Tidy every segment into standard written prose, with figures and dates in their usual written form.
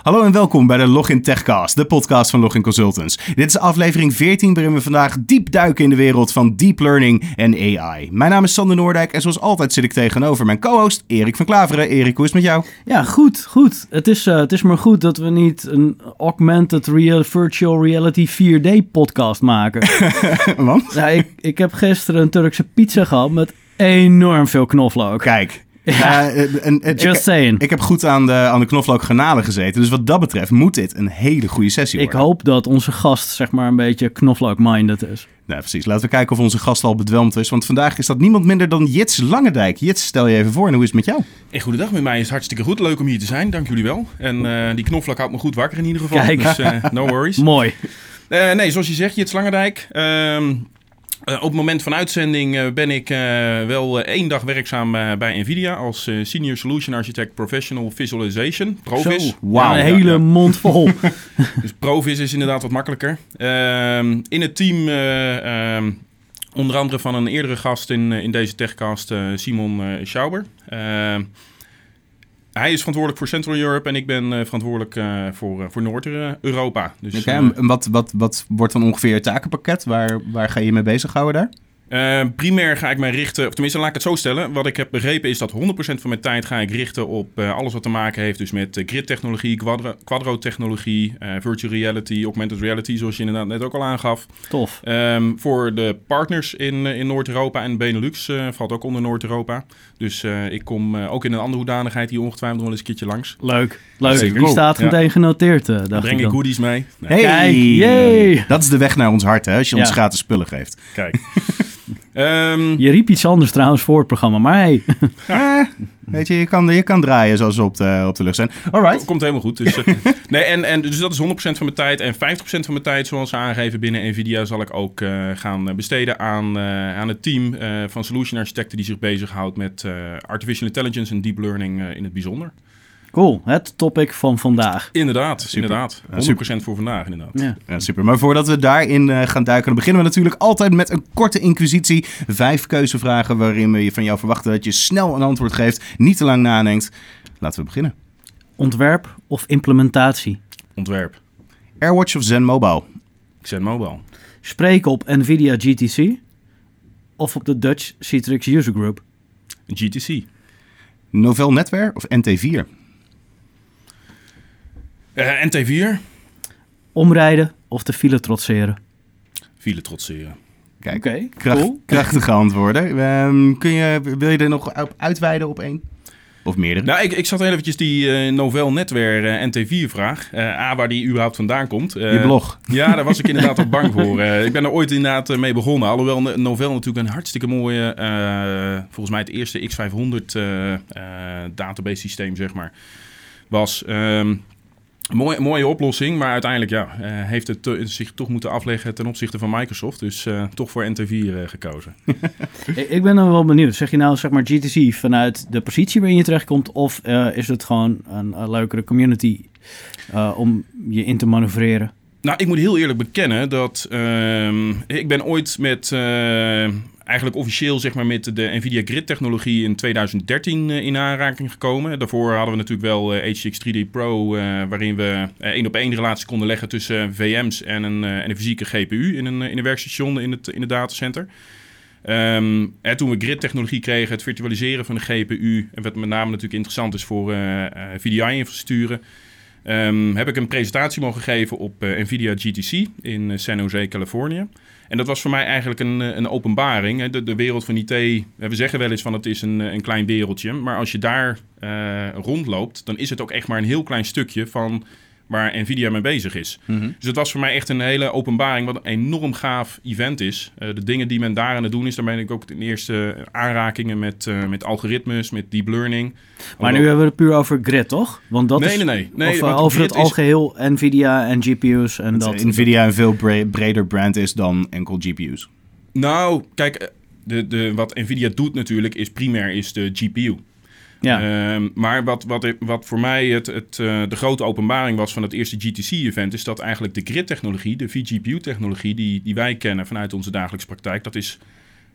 Hallo en welkom bij de Login Techcast, de podcast van Login Consultants. Dit is aflevering 14 waarin we vandaag diep duiken in de wereld van deep learning en AI. Mijn naam is Sander Noordijk en zoals altijd zit ik tegenover mijn co-host Erik van Klaveren. Erik, hoe is het met jou? Ja, goed. Het is maar goed dat we niet een augmented virtual reality 4D podcast maken. Want? Ja, ik heb gisteren een Turkse pizza gehad met enorm veel knoflook. Kijk. Just saying. Ik heb goed aan de knoflookgranalen gezeten. Dus wat dat betreft moet dit een hele goede sessie worden. Ik hoop dat onze gast zeg maar een beetje knoflook-minded is. Nou, precies. Laten we kijken of onze gast al bedwelmd is. Want vandaag is dat niemand minder dan Jits Langendijk. Jits, stel je even voor en hoe is het met jou? Goedendag, met mij is het hartstikke goed. Leuk om hier te zijn, dank jullie wel. En die knoflook houdt me goed wakker in ieder geval. Kijk. Dus no worries. Mooi. Nee, zoals je zegt, Jits Langendijk. Op het moment van uitzending ben ik wel 1 dag werkzaam bij NVIDIA als Senior Solution Architect Professional Visualization, Provis. Zo, wow. Een hele mond vol. Dus Provis is inderdaad wat makkelijker. In het team, onder andere van een eerdere gast in deze techcast, Simon Schauber. Hij is verantwoordelijk voor Central Europe en ik ben verantwoordelijk voor Noord-Europa. Dus, en wat wordt dan ongeveer je takenpakket? Waar ga je mee bezighouden daar? Primair ga ik mij richten, of tenminste laat ik het zo stellen. Wat ik heb begrepen is dat 100% van mijn tijd ga ik richten op alles wat te maken heeft. Dus met grid-technologie, quadro-technologie, virtual reality, augmented reality, zoals je inderdaad net ook al aangaf. Tof. Voor de partners in Noord-Europa en Benelux valt ook onder Noord-Europa. Dus ik kom ook in een andere hoedanigheid hier ongetwijfeld nog wel eens een keertje langs. Leuk. Zeker. Die staat meteen genoteerd. Dan breng ik goodies mee. Nee. Hey, yay. Dat is de weg naar ons hart, hè, als je ons gratis spullen geeft. Kijk. Je riep iets anders trouwens voor het programma, maar hey. Weet je, je kan draaien zoals we op de lucht zijn. Alright. Komt helemaal goed. Dus, dus dat is 100% van mijn tijd. En 50% van mijn tijd, zoals ze aangeven binnen NVIDIA, zal ik ook gaan besteden aan het team van solution architecten die zich bezighoudt met artificial intelligence en deep learning in het bijzonder. Cool, het topic van vandaag. Inderdaad. 100% super. voor vandaag, inderdaad. Ja, super. Maar voordat we daarin gaan duiken, dan beginnen we natuurlijk altijd met een korte inquisitie. 5 keuzevragen waarin we van jou verwachten dat je snel een antwoord geeft, niet te lang nadenkt. Laten we beginnen. Ontwerp of implementatie? Ontwerp. AirWatch of Zen Mobile? Zen Mobile. Spreken op NVIDIA GTC of op de Dutch Citrix User Group? GTC. Novell NetWare of NT4? NT4. Omrijden of de file trotseren? File trotseren. Kijk, Oké, cool. Krachtige antwoorden. Wil je er nog op uitweiden op 1? Of meerdere? Nou, ik zat eventjes die Novell NetWare NT4-vraag. Waar die überhaupt vandaan komt. Je blog. Ja, daar was ik inderdaad ook bang voor. Ik ben er ooit inderdaad mee begonnen. Alhoewel Novell natuurlijk een hartstikke mooie, volgens mij het eerste X500 database systeem, zeg maar, was. Mooie oplossing, maar uiteindelijk heeft het zich toch moeten afleggen ten opzichte van Microsoft. Dus toch voor NT4 gekozen. Ik ben dan wel benieuwd. Zeg je nou zeg maar GTC vanuit de positie waarin je terechtkomt? Of is het gewoon een leukere community om je in te manoeuvreren? Nou, ik moet heel eerlijk bekennen dat ik ben ooit met eigenlijk officieel zeg maar met de NVIDIA Grid-technologie in 2013 in aanraking gekomen. Daarvoor hadden we natuurlijk wel HGX 3D Pro, waarin we 1-op-1 relatie konden leggen tussen VM's en een fysieke GPU in een werkstation in het datacenter. Toen we Grid-technologie kregen, het virtualiseren van de GPU, en wat met name natuurlijk interessant is voor VDI-infrastructuren, heb ik een presentatie mogen geven op NVIDIA GTC in San Jose, Californië. En dat was voor mij eigenlijk een openbaring. De wereld van IT, we zeggen wel eens van het is een klein wereldje. Maar als je daar rondloopt, dan is het ook echt maar een heel klein stukje van waar NVIDIA mee bezig is. Mm-hmm. Dus het was voor mij echt een hele openbaring, wat een enorm gaaf event is. De dingen die men daar aan het doen is, daar ben ik ook in eerste aanrakingen met algoritmes, met deep learning. Maar nu hebben we het puur over Grid, toch? Want dat nee. Of over het algeheel NVIDIA en GPU's. En dat NVIDIA een veel breder brand is dan enkel GPU's. Nou, kijk, wat NVIDIA doet natuurlijk is primair de GPU. Ja. Maar wat voor mij de grote openbaring was van het eerste GTC-event, is dat eigenlijk de grid-technologie, de vGPU-technologie die wij kennen vanuit onze dagelijkse praktijk, dat is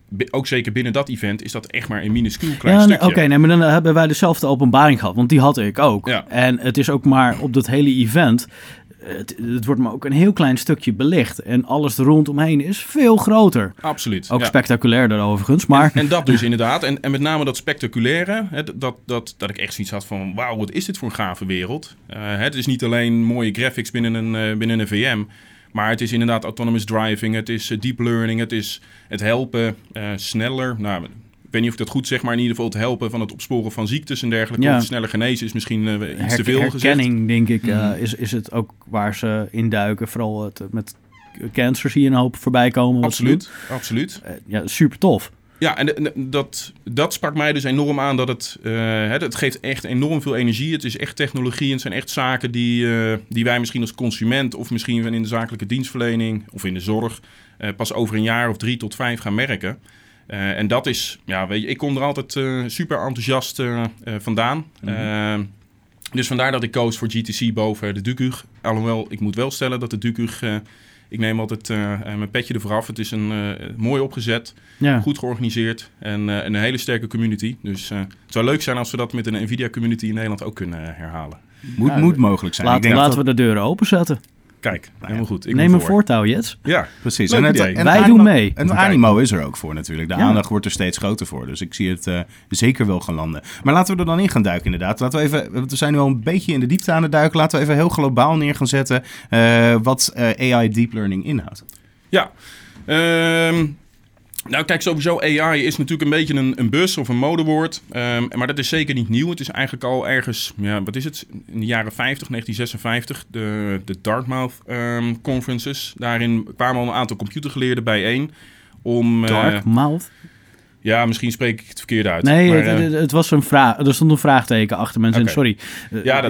ook zeker binnen dat event is dat echt maar een minuscuul klein stukje. Oké, maar dan hebben wij dezelfde openbaring gehad, want die had ik ook. Ja. En het is ook maar op dat hele event, het wordt maar ook een heel klein stukje belicht. En alles er rondomheen is veel groter. Absoluut. Ook spectaculairder overigens, maar... En dat dus inderdaad. En met name dat spectaculaire, dat ik echt zoiets had van, wauw, wat is dit voor een gave wereld. Het is niet alleen mooie graphics binnen een VM... Maar het is inderdaad autonomous driving, het is deep learning, het is het helpen sneller. Nou, ik weet niet of ik dat goed zeg, maar in ieder geval het helpen van het opsporen van ziektes en dergelijke. Ja. Of sneller genezen is misschien iets te veel gezegd. Herkenning, denk ik, is het ook waar ze induiken. Vooral met cancer zie je een hoop voorbij komen. Absoluut. Ja, super tof. Ja, en dat sprak mij dus enorm aan dat het geeft echt enorm veel energie. Het is echt technologie en het zijn echt zaken die wij misschien als consument of misschien in de zakelijke dienstverlening of in de zorg pas over een jaar of 3 tot 5 gaan merken. En dat is, ja, weet je, ik kom er altijd super enthousiast vandaan. Mm-hmm. Dus vandaar dat ik koos voor GTC boven de DUCUG. Alhoewel, ik moet wel stellen dat de DUCUG... ik neem altijd mijn petje ervoor af. Het is mooi opgezet, goed georganiseerd en een hele sterke community. Dus het zou leuk zijn als we dat met een NVIDIA-community in Nederland ook kunnen herhalen. Moet mogelijk zijn. Laten we de deuren openzetten. Kijk, helemaal goed. Neem een voortouw, Jets. Ja, precies. En wij doen mee. En de animo is er ook voor natuurlijk. De aandacht wordt er steeds groter voor. Dus ik zie het zeker wel gaan landen. Maar laten we er dan in gaan duiken inderdaad. Laten we even, we zijn nu al een beetje in de diepte aan het duiken. Laten we even heel globaal neer gaan zetten wat AI deep learning inhoudt. Ja, nou kijk, sowieso AI is natuurlijk een beetje een buzz of een modewoord. Maar dat is zeker niet nieuw. Het is eigenlijk al ergens, wat is het? In de jaren 50, 1956, de Dartmouth conferences. Daarin kwamen al een aantal computergeleerden bijeen om... Dartmouth? Ja, misschien spreek ik het verkeerd uit. Nee, maar, het was een vraag. Er stond een vraagteken achter mensen. Okay. Sorry. Ja,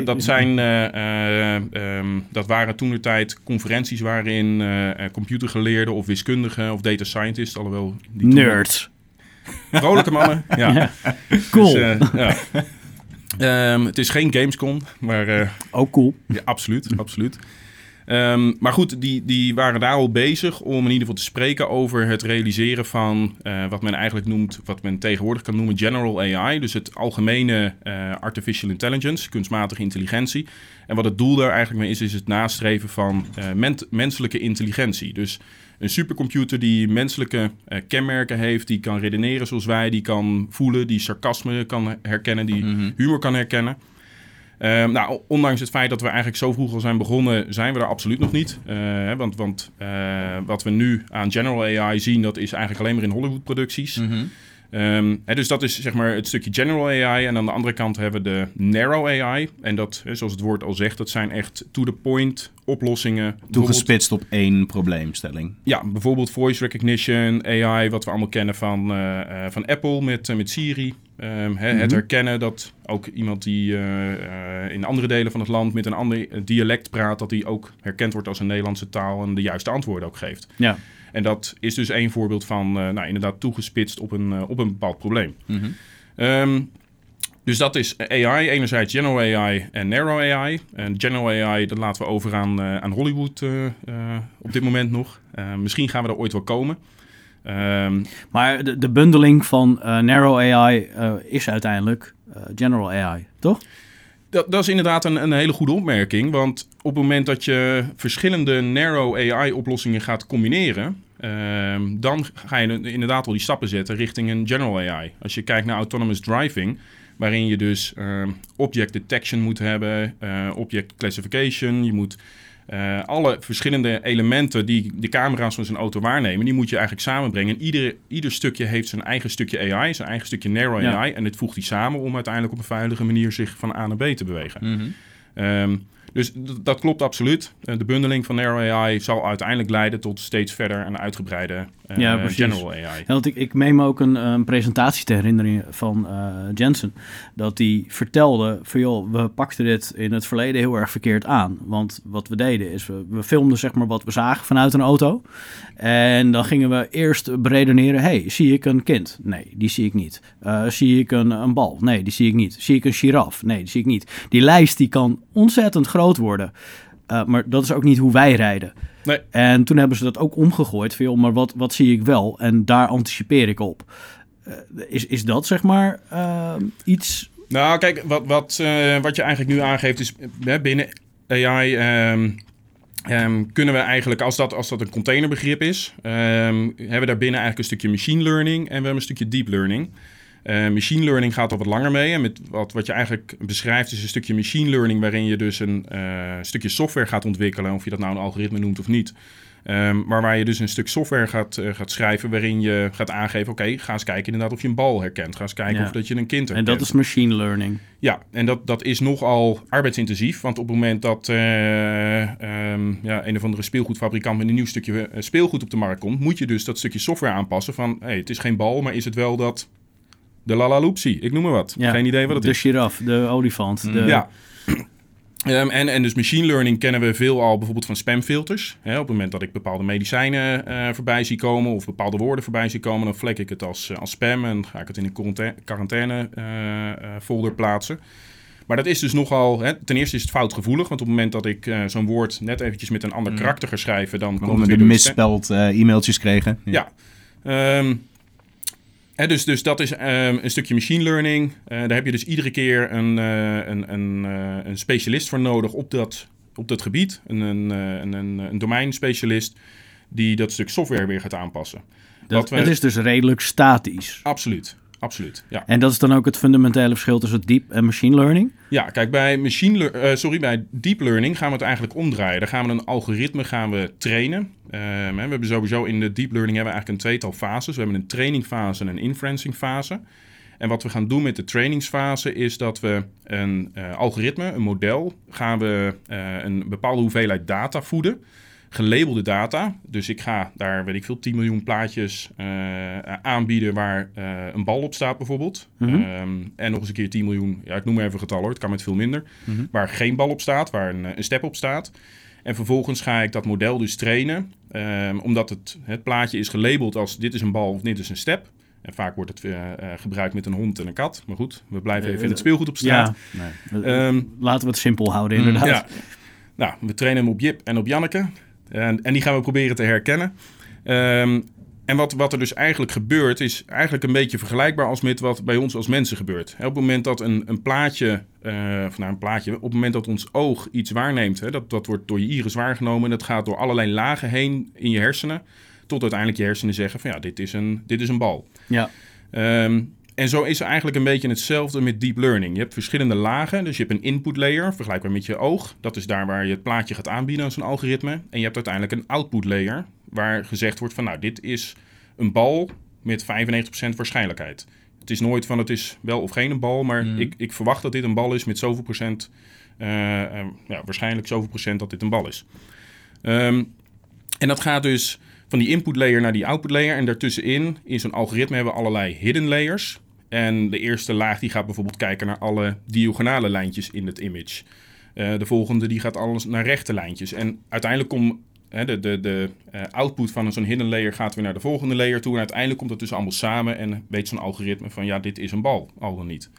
dat waren toentertijd conferenties waarin computergeleerden of wiskundigen of data scientists, alhoewel... Nerds. Vrolijke mannen, ja. Cool. Dus, het is geen Gamescom, maar... ook cool. Ja, absoluut. Maar goed, die waren daar al bezig om in ieder geval te spreken over het realiseren van wat men eigenlijk noemt, wat men tegenwoordig kan noemen general AI. Dus het algemene artificial intelligence, kunstmatige intelligentie. En wat het doel daar eigenlijk mee is het nastreven van menselijke intelligentie. Dus een supercomputer die menselijke kenmerken heeft, die kan redeneren zoals wij, die kan voelen, die sarcasme kan herkennen, die humor kan herkennen. Nou, ondanks het feit dat we eigenlijk zo vroeg al zijn begonnen, zijn we daar absoluut nog niet. Want wat we nu aan general AI zien, dat is eigenlijk alleen maar in Hollywood-producties. Dus dat is zeg maar het stukje general AI. En aan de andere kant hebben we de narrow AI. En dat, zoals het woord al zegt, dat zijn echt to-the-point oplossingen. Toegespitst op één probleemstelling. Ja, bijvoorbeeld voice recognition, AI, wat we allemaal kennen van Apple met Siri. Het herkennen dat ook iemand die in andere delen van het land met een ander dialect praat, dat die ook herkend wordt als een Nederlandse taal en de juiste antwoorden ook geeft. Ja. En dat is dus één voorbeeld van inderdaad toegespitst op een bepaald probleem. Dus dat is AI, enerzijds general AI en narrow AI. En general AI, dat laten we over aan Hollywood op dit moment nog. Misschien gaan we er ooit wel komen. Maar de bundeling van narrow AI is uiteindelijk general AI, toch? Dat is inderdaad een hele goede opmerking. Want op het moment dat je verschillende narrow AI-oplossingen gaat combineren, dan ga je inderdaad al die stappen zetten richting een general AI. Als je kijkt naar autonomous driving, waarin je dus object detection moet hebben, object classification, je moet alle verschillende elementen die de camera's van zijn auto waarnemen, die moet je eigenlijk samenbrengen. En ieder stukje heeft zijn eigen stukje AI, zijn eigen stukje narrow AI. En dit voegt hij samen om uiteindelijk op een veilige manier zich van A naar B te bewegen. Dus dat klopt absoluut. De bundeling van narrow AI zal uiteindelijk leiden tot steeds verder een uitgebreide general AI. Ja, want ik meen me ook een presentatie te herinneren van Jensen. Dat hij vertelde van joh, we pakten dit in het verleden heel erg verkeerd aan. Want wat we deden is, we filmden zeg maar wat we zagen vanuit een auto. En dan gingen we eerst beredeneren, hey, zie ik een kind? Nee, die zie ik niet. Zie ik een bal? Nee, die zie ik niet. Zie ik een giraf? Nee, die zie ik niet. Die lijst die kan ontzettend groot worden. Maar dat is ook niet hoe wij rijden. Nee. En toen hebben ze dat ook omgegooid. Van, maar wat zie ik wel? En daar anticipeer ik op. Is dat zeg maar iets... Nou, kijk, wat je eigenlijk nu aangeeft is binnen AI... kunnen we eigenlijk, als dat een containerbegrip is, hebben we daarbinnen eigenlijk een stukje machine learning en we hebben een stukje deep learning. Machine learning gaat al wat langer mee. En met wat je eigenlijk beschrijft is een stukje machine learning waarin je dus een stukje software gaat ontwikkelen, of je dat nou een algoritme noemt of niet. Maar waar je dus een stuk software gaat schrijven waarin je gaat aangeven, oké, ga eens kijken inderdaad of je een bal herkent. Ga eens kijken of dat je een kind herkent. En dat is machine learning. Ja, en dat is nogal arbeidsintensief. Want op het moment dat een of andere speelgoedfabrikant met een nieuw stukje speelgoed op de markt komt, moet je dus dat stukje software aanpassen van, het is geen bal, maar is het wel dat de Lalaloopsie, ik noem maar wat. Ja, geen idee wat het is. De giraffe, de olifant. Ja. En dus machine learning kennen we veel al bijvoorbeeld van spamfilters. Op het moment dat ik bepaalde medicijnen voorbij zie komen of bepaalde woorden voorbij zie komen, dan vlek ik het als spam en ga ik het in een quarantaine folder plaatsen. Maar dat is dus nogal... ten eerste is het foutgevoelig, want op het moment dat ik zo'n woord net eventjes met een ander karakter ga schrijven, dan komt het weer door misspeld e-mailtjes kregen. Ja. Dus dat is een stukje machine learning. Daar heb je dus iedere keer een specialist voor nodig op dat gebied. Een domeinspecialist die dat stuk software weer gaat aanpassen. Het is dus redelijk statisch. Absoluut, ja. En dat is dan ook het fundamentele verschil tussen deep en machine learning? Ja, kijk, bij deep learning gaan we het eigenlijk omdraaien. Daar gaan we een algoritme trainen. We hebben sowieso in de deep learning hebben we eigenlijk een tweetal fases. We hebben een trainingfase en een inferencing fase. En wat we gaan doen met de trainingsfase is dat we een algoritme, een model, gaan we een bepaalde hoeveelheid data voeden. Gelabelde data. Dus ik ga daar, 10 miljoen plaatjes aanbieden waar een bal op staat bijvoorbeeld. Mm-hmm. En nog eens een keer 10 miljoen, ik noem maar even getal hoor, het kan met veel minder. Mm-hmm. Waar geen bal op staat, waar een step op staat. En vervolgens ga ik dat model dus trainen. Omdat het plaatje is gelabeld als dit is een bal of dit is een step. En vaak wordt het gebruikt met een hond en een kat. Maar goed, we blijven even in het speelgoed op straat. Ja, laten we het simpel houden inderdaad. Ja. Nou, we trainen hem op Jip en op Janneke. En die gaan we proberen te herkennen. En wat er dus eigenlijk gebeurt, is eigenlijk een beetje vergelijkbaar als met wat bij ons als mensen gebeurt. Op het moment dat een plaatje, op het moment dat ons oog iets waarneemt, dat wordt door je iris waargenomen en dat gaat door allerlei lagen heen in je hersenen, tot uiteindelijk je hersenen zeggen van dit is een bal. Ja. En zo is er eigenlijk een beetje hetzelfde met deep learning. Je hebt verschillende lagen. Dus je hebt een input layer, vergelijkbaar met je oog. Dat is daar waar je het plaatje gaat aanbieden als een algoritme. En je hebt uiteindelijk een output layer, waar gezegd wordt van dit is een bal met 95% waarschijnlijkheid. Het is nooit van het is wel of geen een bal, maar ik verwacht dat dit een bal is met zoveel procent, waarschijnlijk zoveel procent dat dit een bal is. En dat gaat dus van die input layer naar die output layer. En daartussenin, in zo'n algoritme, hebben we allerlei hidden layers. En de eerste laag die gaat bijvoorbeeld kijken naar alle diagonale lijntjes in het image. De volgende die gaat alles naar rechte lijntjes. En uiteindelijk komt de output van zo'n hidden layer gaat weer naar de volgende layer toe. En uiteindelijk komt het dus allemaal samen en weet zo'n algoritme van dit is een bal, al dan niet.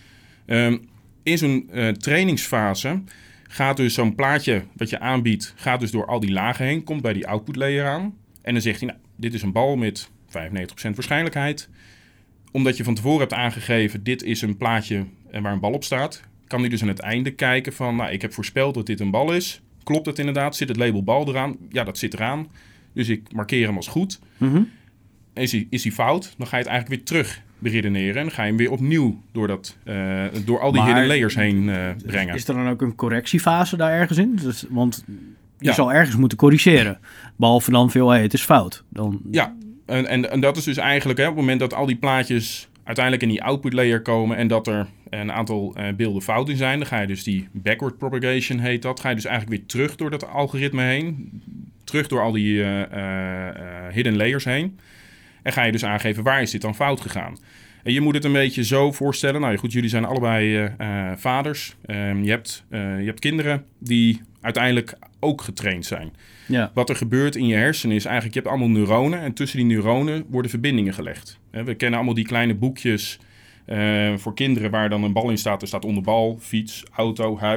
In zo'n trainingsfase gaat dus zo'n plaatje wat je aanbiedt, gaat dus door al die lagen heen, komt bij die output layer aan. En dan zegt hij, dit is een bal met 95% waarschijnlijkheid. Omdat je van tevoren hebt aangegeven, dit is een plaatje waar een bal op staat, kan hij dus aan het einde kijken van, ik heb voorspeld dat dit een bal is. Klopt het inderdaad? Zit het label bal eraan? Ja, dat zit eraan. Dus ik markeer hem als goed. Mm-hmm. Is hij fout? Dan ga je het eigenlijk weer terug beredeneren. En dan ga je hem weer opnieuw door al die hidden layers heen brengen. Is er dan ook een correctiefase daar ergens in? Dus, want je zal ergens moeten corrigeren. Behalve dan veel, het is fout. Dan... Ja, en dat is dus eigenlijk op het moment dat al die plaatjes uiteindelijk in die output layer komen en dat er een aantal beelden fout in zijn, dan ga je dus die backward propagation heet dat. Ga je dus eigenlijk weer terug door dat algoritme heen. Terug door al die hidden layers heen. En ga je dus aangeven waar is dit dan fout gegaan. En je moet het een beetje zo voorstellen. Goed, jullie zijn allebei vaders. Je hebt kinderen die uiteindelijk ook getraind zijn. Ja. Wat er gebeurt in je hersenen is eigenlijk, je hebt allemaal neuronen en tussen die neuronen worden verbindingen gelegd. We kennen allemaal die kleine boekjes voor kinderen waar dan een bal in staat. Er staat onder bal, fiets, auto, huis.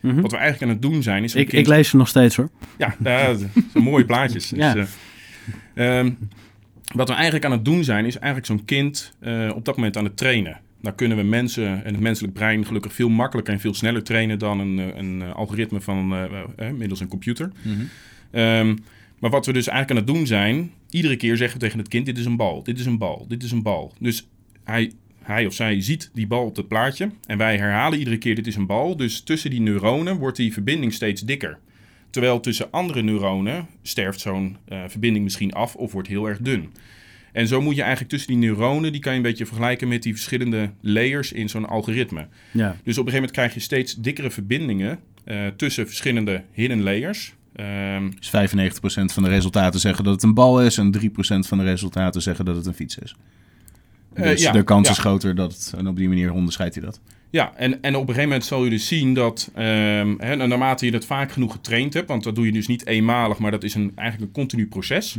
Wat we eigenlijk aan het doen zijn... is Ik lees ze nog steeds, hoor. Ja, dat zijn mooie plaatjes. Ja. Dus, wat we eigenlijk aan het doen zijn... is eigenlijk zo'n kind op dat moment aan het trainen. Nou kunnen we mensen en het menselijk brein... gelukkig veel makkelijker en veel sneller trainen... dan een algoritme van middels een computer. Maar wat we dus eigenlijk aan het doen zijn... iedere keer zeggen we tegen het kind... dit is een bal, dit is een bal, dit is een bal. Dus hij of zij ziet die bal op het plaatje... en wij herhalen iedere keer dit is een bal. Dus tussen die neuronen wordt die verbinding steeds dikker. Terwijl tussen andere neuronen sterft zo'n verbinding misschien af... of wordt heel erg dun. En zo moet je eigenlijk tussen die neuronen... die kan je een beetje vergelijken met die verschillende layers in zo'n algoritme. Ja. Dus op een gegeven moment krijg je steeds dikkere verbindingen... tussen verschillende hidden layers... Dus 95% van de resultaten zeggen dat het een bal is... en 3% van de resultaten zeggen dat het een fiets is. Dus de kans is groter dat het... en op die manier onderscheidt hij dat. Ja, en op een gegeven moment zal je dus zien dat... naarmate je dat vaak genoeg getraind hebt... want dat doe je dus niet eenmalig... maar dat is eigenlijk een continu proces.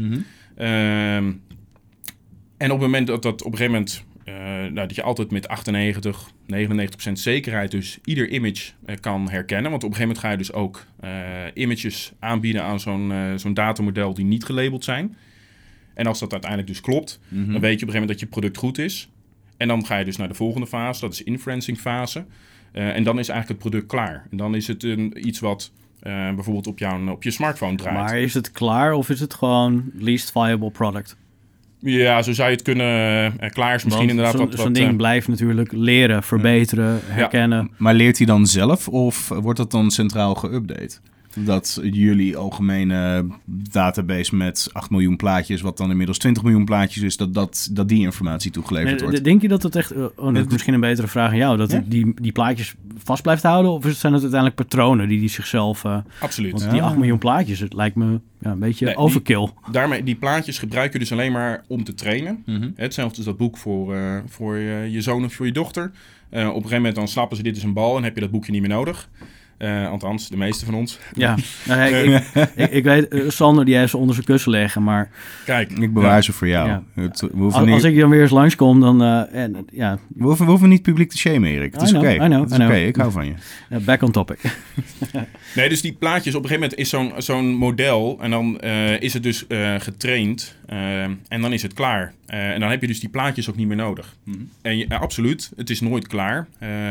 En op het moment dat op een gegeven moment... dat je altijd met 99% zekerheid dus ieder image kan herkennen. Want op een gegeven moment ga je dus ook images aanbieden aan zo'n datamodel die niet gelabeld zijn. En als dat uiteindelijk dus klopt, dan weet je op een gegeven moment dat je product goed is. En dan ga je dus naar de volgende fase, dat is inferencing fase. En dan is eigenlijk het product klaar. En dan is het iets wat bijvoorbeeld op je smartphone draait. Maar is het klaar of is het gewoon least viable product? Ja, zo zou je het kunnen. Klaar is misschien inderdaad zo'n ding blijft natuurlijk leren, verbeteren, herkennen. Maar leert hij dan zelf of wordt dat dan centraal geüpdate? Dat jullie algemene database met 8 miljoen plaatjes... wat dan inmiddels 20 miljoen plaatjes is... dat die informatie toegeleverd wordt. Denk je dat het echt... dat is misschien een betere vraag aan jou. Dat die plaatjes vast blijft houden? Of zijn het uiteindelijk patronen die zichzelf... Absoluut. Want die 8 miljoen plaatjes, het lijkt me een beetje overkill. Die plaatjes gebruik je dus alleen maar om te trainen. Hetzelfde is dat boek voor je zoon of voor je dochter. Op een gegeven moment dan snappen ze dit is een bal... en heb je dat boekje niet meer nodig. Althans, de meeste van ons. Ja, ik weet, Sander die heeft ze onder zijn kussen liggen, maar... Kijk, ik bewaar ze voor jou. Ja. Als ik dan weer eens langskom, dan... We hoeven niet publiek te shamen, Erik. Het is oké. Oké, ik hou van je. Back on topic. Nee, dus die plaatjes, op een gegeven moment is zo'n model... en dan is het dus getraind en dan is het klaar. En dan heb je dus die plaatjes ook niet meer nodig. En absoluut, het is nooit klaar.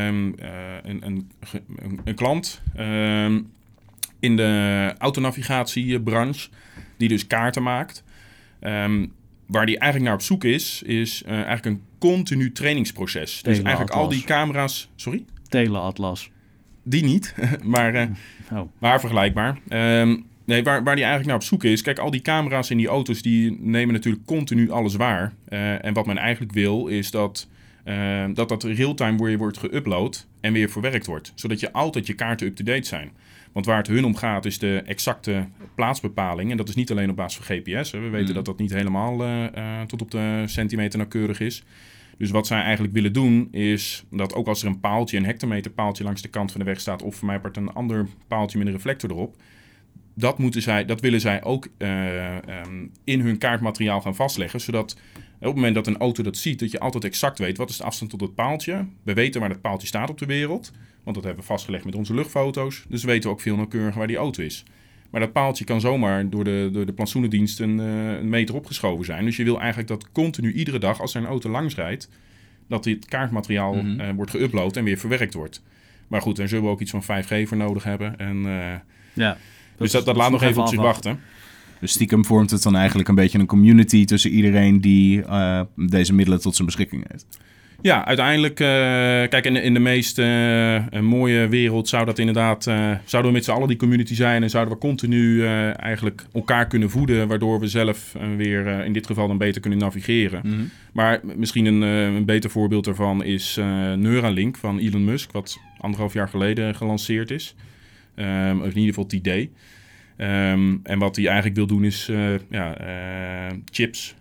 Een klant in de autonavigatiebranche... die dus kaarten maakt... waar die eigenlijk naar op zoek is eigenlijk een continu trainingsproces. Dus eigenlijk al die camera's... Sorry? Teleatlas. Die niet, maar vergelijkbaar. Nee, waar die eigenlijk naar op zoek is... Kijk, al die camera's in die auto's... die nemen natuurlijk continu alles waar. En wat men eigenlijk wil, is dat real-time weer wordt geüpload... en weer verwerkt wordt. Zodat je altijd je kaarten up-to-date zijn. Want waar het hun om gaat, is de exacte plaatsbepaling. En dat is niet alleen op basis van GPS. Hè. We weten dat dat niet helemaal tot op de centimeter nauwkeurig is. Dus wat zij eigenlijk willen doen, is dat ook als er een hectometerpaaltje langs de kant van de weg staat... of voor mij part een ander paaltje met een reflector erop... Dat willen zij ook in hun kaartmateriaal gaan vastleggen. Zodat op het moment dat een auto dat ziet, dat je altijd exact weet... wat is de afstand tot het paaltje. We weten waar dat paaltje staat op de wereld. Want dat hebben we vastgelegd met onze luchtfoto's. Dus we weten ook veel nauwkeuriger waar die auto is. Maar dat paaltje kan zomaar door de plantsoenendienst een meter opgeschoven zijn. Dus je wil eigenlijk dat continu iedere dag, als er een auto langs rijdt... dat dit kaartmateriaal wordt geüpload en weer verwerkt wordt. Maar goed, daar zullen we ook iets van 5G voor nodig hebben. Dus dat laat nog even op zich wachten. Dus stiekem vormt het dan eigenlijk een beetje een community... tussen iedereen die deze middelen tot zijn beschikking heeft. Ja, uiteindelijk, kijk, in de meest mooie wereld zou dat inderdaad... zouden we met z'n allen die community zijn... en zouden we continu eigenlijk elkaar kunnen voeden... waardoor we zelf weer in dit geval dan beter kunnen navigeren. Maar misschien een beter voorbeeld daarvan is Neuralink van Elon Musk... wat 1,5 jaar geleden gelanceerd is. In ieder geval het idee. En wat hij eigenlijk wil doen is chips...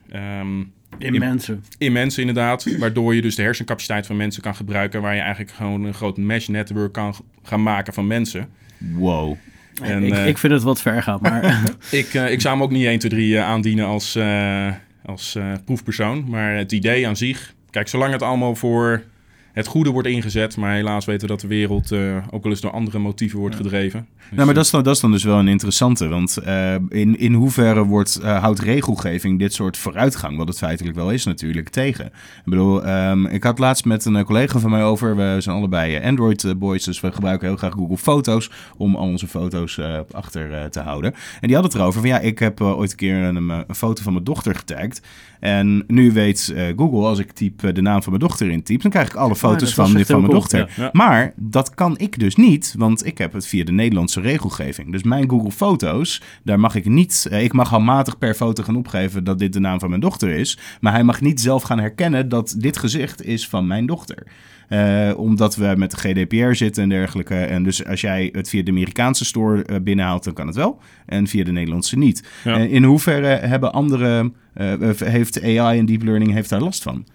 In mensen inderdaad, waardoor je dus de hersencapaciteit van mensen kan gebruiken... waar je eigenlijk gewoon een groot mesh network kan gaan maken van mensen. Wow. En, ik vind het wat ver gaan, maar... ik zou hem ook niet 1, 2, 3 aandienen als proefpersoon. Maar het idee aan zich... Kijk, zolang het allemaal voor het goede wordt ingezet. Maar helaas weten we dat de wereld ook wel eens door andere motieven wordt gedreven. Dus, nou, maar dat is dan dus wel een interessante. Want in hoeverre houdt regelgeving dit soort vooruitgang, wat het feitelijk wel is natuurlijk, tegen? Ik bedoel, ik had laatst met een collega van mij over. We zijn allebei Android boys, dus we gebruiken heel graag Google Foto's om al onze foto's achter te houden. En die hadden het erover van ja, ik heb ooit een keer een foto van mijn dochter getagd. En nu weet Google, als ik de naam van mijn dochter intyp, dan krijg ik alle foto's van mijn dochter. Ja. Maar dat kan ik dus niet, want ik heb het via de Nederlandse regelgeving. Dus mijn Google Foto's, daar mag ik niet... ik mag handmatig per foto gaan opgeven dat dit de naam van mijn dochter is. Maar hij mag niet zelf gaan herkennen dat dit gezicht is van mijn dochter. Omdat we met de GDPR zitten en dergelijke. En dus als jij het via de Amerikaanse store binnenhaalt, dan kan het wel. En via de Nederlandse niet. Ja. In hoeverre hebben andere... heeft AI en deep learning heeft daar last van?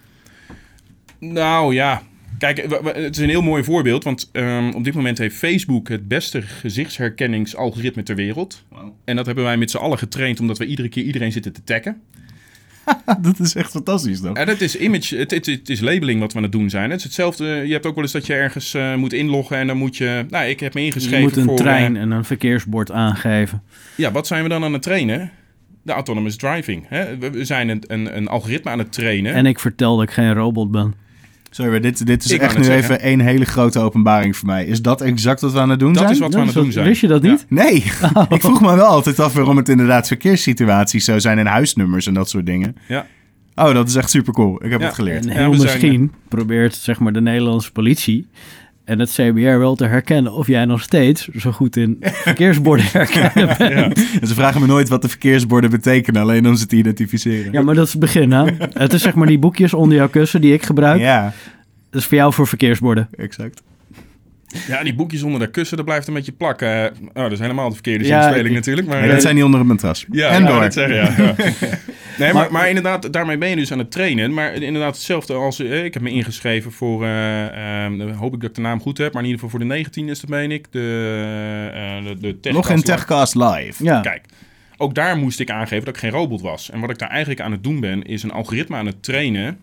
Nou ja, kijk, het is een heel mooi voorbeeld. Want op dit moment heeft Facebook het beste gezichtsherkenningsalgoritme ter wereld. Wow. En dat hebben wij met z'n allen getraind omdat we iedere keer iedereen zitten te taggen. Dat is echt fantastisch, toch? En het is image, het is labeling wat we aan het doen zijn. Het is hetzelfde. Je hebt ook wel eens dat je ergens moet inloggen en dan moet je... Nou, ik heb me ingeschreven voor... Je moet een trein en een verkeersbord aangeven. Ja, wat zijn we dan aan het trainen? De autonomous driving. Hè? We zijn een algoritme aan het trainen. En ik vertel dat ik geen robot ben. Sorry, dit is echt nu even één hele grote openbaring voor mij. Is dat exact wat we aan het doen zijn? Dat is wat we aan het doen zijn. Wist je dat niet? Ja. Nee. Oh. Ik vroeg me wel altijd af waarom het inderdaad verkeerssituaties zo zijn en huisnummers en dat soort dingen. Ja. Oh, dat is echt super cool. Ik heb het geleerd. En heel misschien probeert zeg maar de Nederlandse politie en het CBR wel te herkennen of jij nog steeds zo goed in verkeersborden herkennen bent. Ja. En ze vragen me nooit wat de verkeersborden betekenen, alleen om ze te identificeren. Ja, maar dat is het begin, hè? Het is zeg maar die boekjes onder jouw kussen die ik gebruik. Ja. Dat is voor jou voor verkeersborden. Exact. Ja, die boekjes onder dat kussen, dat blijft een beetje plakken. Dat is helemaal de verkeerde zinspeling natuurlijk. Maar, dat zijn die onder het matras. Ja, en door. Dat zeggen, ja. Nee, maar inderdaad, daarmee ben je dus aan het trainen. Maar inderdaad hetzelfde als... ik heb me ingeschreven voor... hoop ik dat ik de naam goed heb. Maar in ieder geval voor de 19 is dat, meen ik. De Nog een TechCast Live. Ja. Kijk, ook daar moest ik aangeven dat ik geen robot was. En wat ik daar eigenlijk aan het doen ben, is een algoritme aan het trainen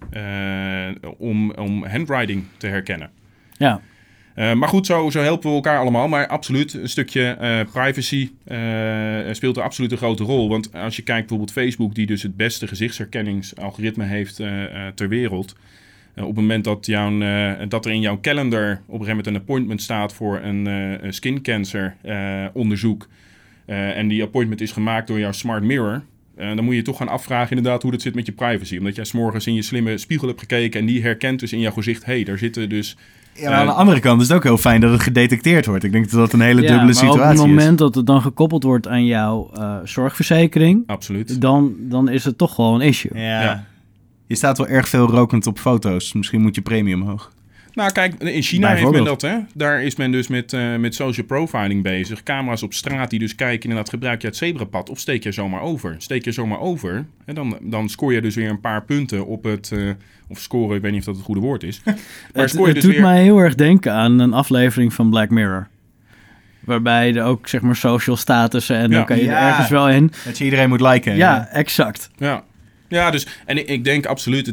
om handwriting te herkennen. Ja. Maar goed, zo helpen we elkaar allemaal. Maar absoluut, een stukje privacy speelt een absoluut een grote rol. Want als je kijkt bijvoorbeeld Facebook, die dus het beste gezichtsherkenningsalgoritme heeft ter wereld. Op het moment dat er in jouw calendar op een gegeven moment een appointment staat voor een skin cancer onderzoek. En die appointment is gemaakt door jouw smart mirror. Dan moet je toch gaan afvragen inderdaad hoe dat zit met je privacy. Omdat jij 's morgens in je slimme spiegel hebt gekeken en die herkent dus in jouw gezicht, hey, daar zitten dus... Ja, maar aan de andere kant is het ook heel fijn dat het gedetecteerd wordt. Ik denk dat dat een hele dubbele situatie is. Maar op het moment dat het dan gekoppeld wordt aan jouw zorgverzekering... Absoluut. Dan is het toch gewoon een issue. Ja. Je staat wel erg veel rokend op foto's. Misschien moet je premium omhoog. Nou kijk, in China heeft men dat, hè. Daar is men dus met social profiling bezig. Camera's op straat die dus kijken, inderdaad, gebruik je het zebrapad of steek je zomaar over? Steek je zomaar over, en dan scoor je dus weer een paar punten op het... of scoren, ik weet niet of dat het goede woord is. Maar het doet mij heel erg denken aan een aflevering van Black Mirror. Waarbij er ook, zeg maar, social statussen en dan kan je er ergens wel in. Dat je iedereen moet liken. Ja, exact. Ja, dus... En ik denk absoluut,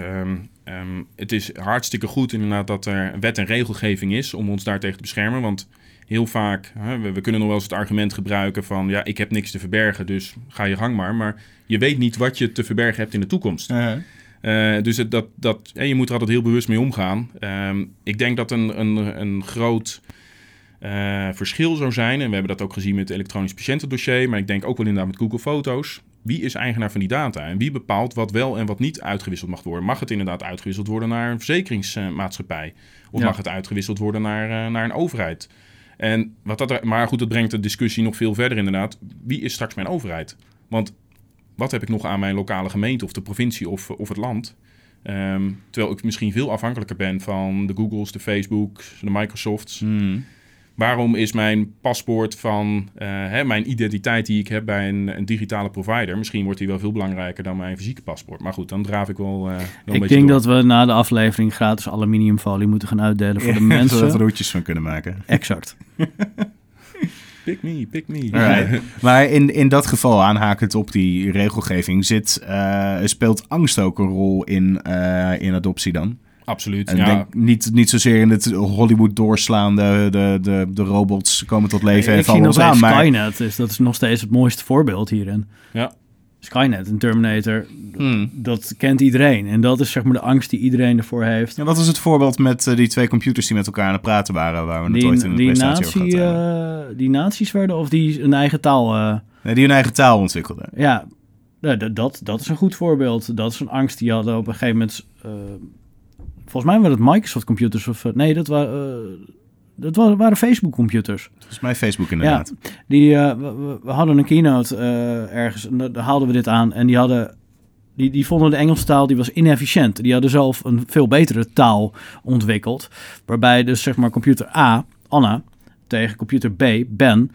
het is hartstikke goed inderdaad dat er wet en regelgeving is om ons daartegen te beschermen. Want heel vaak, we kunnen nog wel eens het argument gebruiken van... ja, ik heb niks te verbergen, dus ga je gang maar. Maar je weet niet wat je te verbergen hebt in de toekomst. Dus je moet er altijd heel bewust mee omgaan. Ik denk dat een groot verschil zou zijn... en we hebben dat ook gezien met het elektronisch patiëntendossier... maar ik denk ook wel inderdaad met Google Foto's... Wie is eigenaar van die data? En wie bepaalt wat wel en wat niet uitgewisseld mag worden? Mag het inderdaad uitgewisseld worden naar een verzekeringsmaatschappij? Of mag het uitgewisseld worden naar een overheid? Maar goed, dat brengt de discussie nog veel verder inderdaad. Wie is straks mijn overheid? Want wat heb ik nog aan mijn lokale gemeente of de provincie of het land? Terwijl ik misschien veel afhankelijker ben van de Googles, de Facebooks, de Microsofts... Waarom is mijn paspoort van mijn identiteit die ik heb bij een digitale provider... misschien wordt die wel veel belangrijker dan mijn fysieke paspoort. Maar goed, dan draaf ik wel een beetje Ik denk dat we na de aflevering gratis aluminiumfolie moeten gaan uitdelen voor de mensen. Zodat we er hoedjes van kunnen maken. Exact. Pick me. Alright. Maar in dat geval, aanhakend op die regelgeving, speelt angst ook een rol in adoptie dan? Absoluut, En denk niet zozeer in het Hollywood doorslaande, de robots komen tot leven en ik zie vallen nog ons aan. steeds Maar Skynet, dat is nog steeds het mooiste voorbeeld hierin. Ja. Skynet, een Terminator, dat kent iedereen. En dat is zeg maar de angst die iedereen ervoor heeft. ja, wat is het voorbeeld met die 2 computers die met elkaar aan het praten waren, waar we het ooit in de presentatie over gehad hebben? Die nazi's werden of die een eigen taal... Nee, die hun eigen taal ontwikkelden. Ja, dat is een goed voorbeeld. Dat is een angst die hadden op een gegeven moment... volgens mij waren het Microsoft computers of... nee, dat waren Facebook computers. Volgens mij Facebook inderdaad. Ja, we hadden een keynote ergens en daar haalden we dit aan. En die vonden de Engelse taal, die was inefficiënt. Die hadden zelf een veel betere taal ontwikkeld. Waarbij dus zeg maar computer A, Anna, tegen computer B, Ben,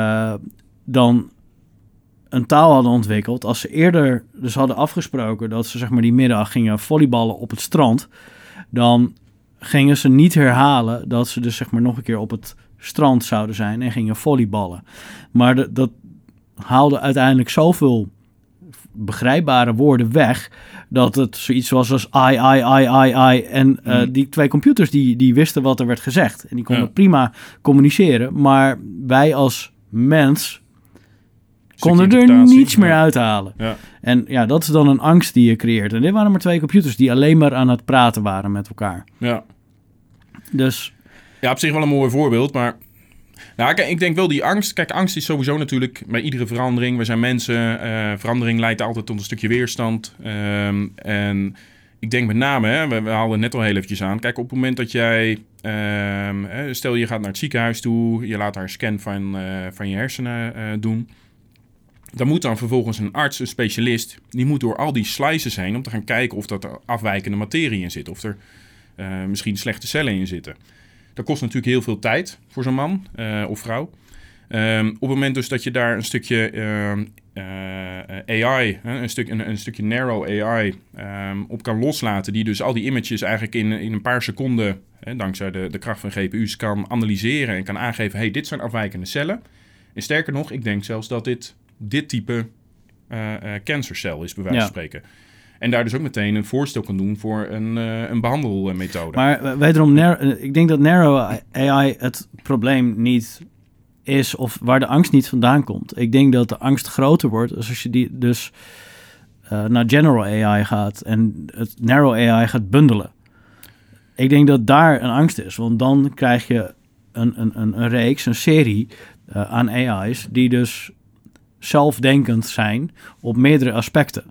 dan een taal hadden ontwikkeld. Als ze eerder dus hadden afgesproken dat ze zeg maar die middag gingen volleyballen op het strand, dan gingen ze niet herhalen dat ze dus zeg maar nog een keer op het strand zouden zijn en gingen volleyballen. Maar dat haalde uiteindelijk zoveel begrijpbare woorden weg, dat het zoiets was als I. En die 2 computers die wisten wat er werd gezegd. En die konden prima communiceren. Maar wij als mens konden er niets meer uithalen. Ja. En ja, dat is dan een angst die je creëert. En dit waren maar 2 computers die alleen maar aan het praten waren met elkaar. Ja. Dus... Ja, op zich wel een mooi voorbeeld, maar... Nou, kijk, ik denk wel die angst... Kijk, angst is sowieso natuurlijk bij iedere verandering. We zijn mensen. Verandering leidt altijd tot een stukje weerstand. En ik denk met name, hè, we haalden het net al heel eventjes aan. Kijk, op het moment dat jij... stel je gaat naar het ziekenhuis toe. Je laat daar een scan van je hersenen doen. Dan moet dan vervolgens een arts, een specialist... die moet door al die slices heen om te gaan kijken of er afwijkende materie in zit. Of er misschien slechte cellen in zitten. Dat kost natuurlijk heel veel tijd voor zo'n man of vrouw. Op het moment dus dat je daar een stukje AI, een stukje narrow AI op kan loslaten... die dus al die images eigenlijk in een paar seconden... dankzij de kracht van GPU's kan analyseren en kan aangeven... hey, dit zijn afwijkende cellen. En sterker nog, ik denk zelfs dat dit type cancercel is, bij wijze van spreken. En daar dus ook meteen een voorstel kan doen voor een behandelmethode. Maar wederom, ik denk dat narrow AI het probleem niet is... of waar de angst niet vandaan komt. Ik denk dat de angst groter wordt als je die dus naar general AI gaat... en het narrow AI gaat bundelen. Ik denk dat daar een angst is. Want dan krijg je een reeks, een serie aan AI's... die dus zelfdenkend zijn op meerdere aspecten.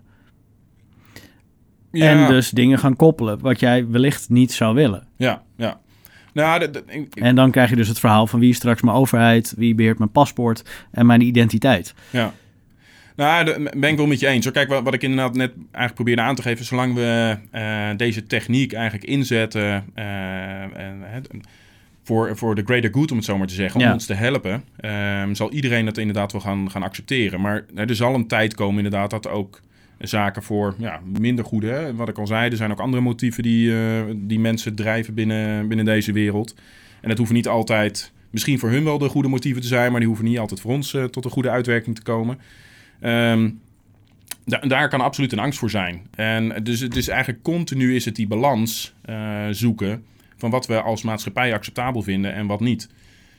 Ja. En dus dingen gaan koppelen wat jij wellicht niet zou willen. Ja. Nou, en dan krijg je dus het verhaal van wie is straks mijn overheid, wie beheert mijn paspoort en mijn identiteit. Ja. Nou, daar ben ik wel met je eens. Zo, kijk, wat ik inderdaad net eigenlijk probeerde aan te geven, zolang we deze techniek eigenlijk inzetten voor de greater good, om het zo maar te zeggen, om ons te helpen, zal iedereen dat inderdaad wel gaan accepteren. Maar er zal een tijd komen inderdaad dat ook zaken voor minder goede. Hè? Wat ik al zei, er zijn ook andere motieven die mensen drijven binnen deze wereld. En dat hoeven niet altijd, misschien voor hun wel de goede motieven te zijn, maar die hoeven niet altijd voor ons tot een goede uitwerking te komen. Daar kan absoluut een angst voor zijn. En dus het is eigenlijk continu is het die balans zoeken van wat we als maatschappij acceptabel vinden en wat niet.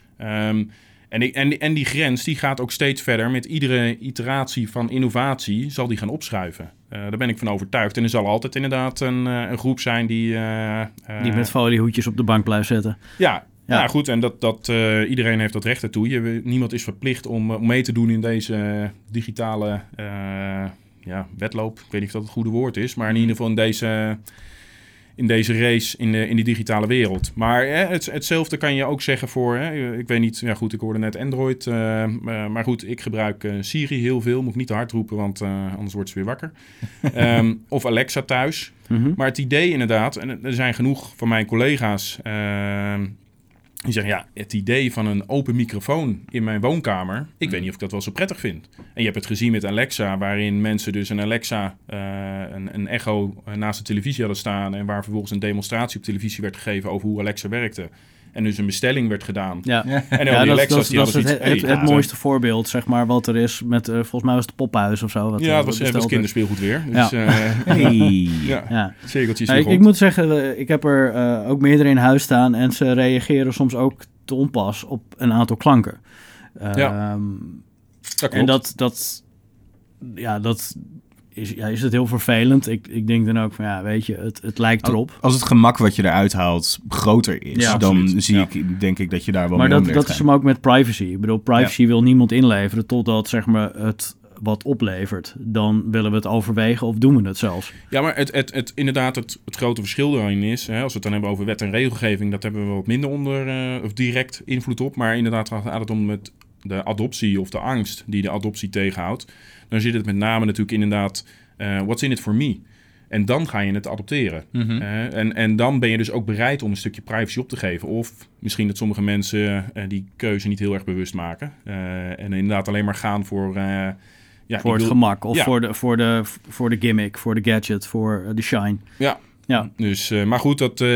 En die grens die gaat ook steeds verder. Met iedere iteratie van innovatie zal die gaan opschuiven. Daar ben ik van overtuigd. En er zal altijd inderdaad een groep zijn die met foliehoedjes op de bank blijft zitten. Ja. Nou goed, en dat iedereen heeft dat recht ertoe. Niemand is verplicht om mee te doen in deze digitale wedloop. Ik weet niet of dat het goede woord is. Maar in ieder geval in deze race in die digitale wereld. Maar hetzelfde kan je ook zeggen voor... ik weet niet, ik hoorde net Android. Maar goed, ik gebruik Siri heel veel. Moet ik niet te hard roepen, want anders wordt ze weer wakker. Of Alexa thuis. Mm-hmm. Maar het idee inderdaad... en er zijn genoeg van mijn collega's... die zeggen, het idee van een open microfoon in mijn woonkamer... ik weet niet of ik dat wel zo prettig vind. En je hebt het gezien met Alexa... waarin mensen dus een Alexa, een Echo naast de televisie hadden staan... en waar vervolgens een demonstratie op televisie werd gegeven... over hoe Alexa werkte. en dus een bestelling werd gedaan. Ja, En Lexus, dat is het mooiste voorbeeld, zeg maar, wat er is met, volgens mij was het Pophuis of zo. Het was kinderspeelgoed weer. Dus, cirkeltjes ik moet zeggen, ik heb er ook meerdere in huis staan en ze reageren soms ook te onpas op een aantal klanken. Dat klopt. En dat is het heel vervelend. Ik denk dan ook van, weet je, het lijkt erop. Als het gemak wat je eruit haalt groter is, dan denk ik dat je daar wel mee om leert gaan. Maar dat is hem ook met privacy. Ik bedoel, privacy wil niemand inleveren totdat, zeg maar, het wat oplevert. Dan willen we het overwegen of doen we het zelfs. Ja, maar inderdaad, het grote verschil daarin is, als we het dan hebben over wet en regelgeving, dat hebben we wat minder of direct invloed op. Maar inderdaad gaat het om met de adoptie of de angst die de adoptie tegenhoudt. Dan zit het met name natuurlijk inderdaad, what's in it for me? En dan ga je het adopteren. Mm-hmm. En dan ben je dus ook bereid om een stukje privacy op te geven. Of misschien dat sommige mensen die keuze niet heel erg bewust maken. En inderdaad alleen maar gaan voor het gemak of voor de gimmick, voor de gadget, voor de shine. Ja. Dus, maar goed,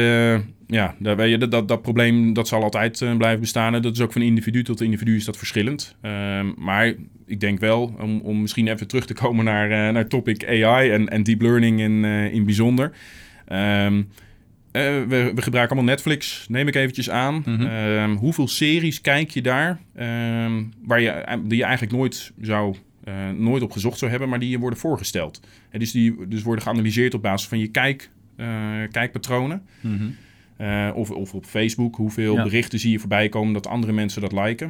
dat probleem dat zal altijd blijven bestaan. Dat is ook van individu tot individu is dat verschillend. Maar ik denk wel, om misschien even terug te komen naar topic AI en deep learning in bijzonder. We gebruiken allemaal Netflix, neem ik eventjes aan. Mm-hmm. Hoeveel series kijk je daar die je eigenlijk nooit op gezocht zou hebben, maar die je worden voorgesteld. En die worden geanalyseerd op basis van je kijkpatronen. Mm-hmm. Of op Facebook, hoeveel berichten zie je voorbij komen dat andere mensen dat liken.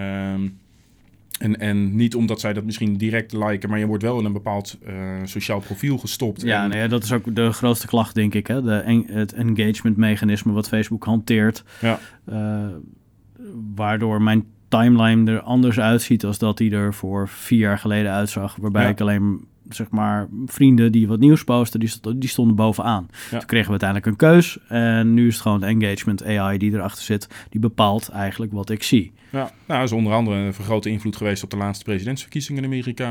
En niet omdat zij dat misschien direct liken, maar je wordt wel in een bepaald sociaal profiel gestopt. Ja, dat is ook de grootste klacht, denk ik. Hè? Het engagement mechanisme wat Facebook hanteert. Ja. Waardoor mijn timeline er anders uitziet als dat die er voor 4 jaar geleden uitzag. Waarbij ik alleen, zeg maar, vrienden die wat nieuws posten, die stonden bovenaan. Ja. Toen kregen we uiteindelijk een keus. En nu is het gewoon de engagement AI die erachter zit. Die bepaalt eigenlijk wat ik zie. Ja, dat is onder andere een grote invloed geweest op de laatste presidentsverkiezingen in Amerika.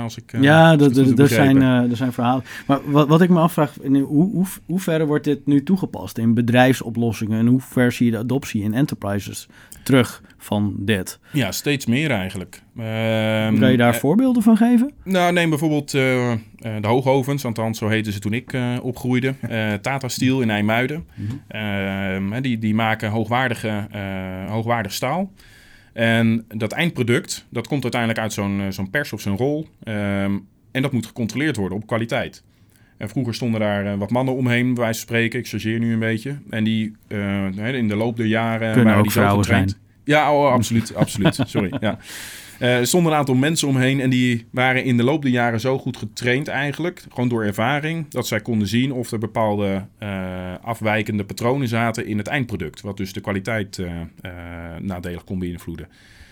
Er zijn verhalen. Maar wat ik me afvraag, hoe ver wordt dit nu toegepast in bedrijfsoplossingen? En hoe ver zie je de adoptie in enterprises terug van dit? Ja, steeds meer eigenlijk. Kan je daar voorbeelden van geven? Nou, neem bijvoorbeeld de hoogovens, althans zo heten ze toen ik opgroeide. Tata Steel in IJmuiden. Mm-hmm. Die maken hoogwaardig staal. En dat eindproduct, dat komt uiteindelijk uit zo'n pers of zo'n rol. En dat moet gecontroleerd worden op kwaliteit. En vroeger stonden daar wat mannen omheen, bij wijze van spreken. Ik chargeer nu een beetje. En die in de loop der jaren kunnen waren ook die zo vrouwen getraind. zijn. Ja, absoluut. Sorry, ja. Er stonden een aantal mensen omheen en die waren in de loop der jaren zo goed getraind eigenlijk, gewoon door ervaring, dat zij konden zien of er bepaalde afwijkende patronen zaten in het eindproduct, wat dus de kwaliteit nadelig kon beïnvloeden.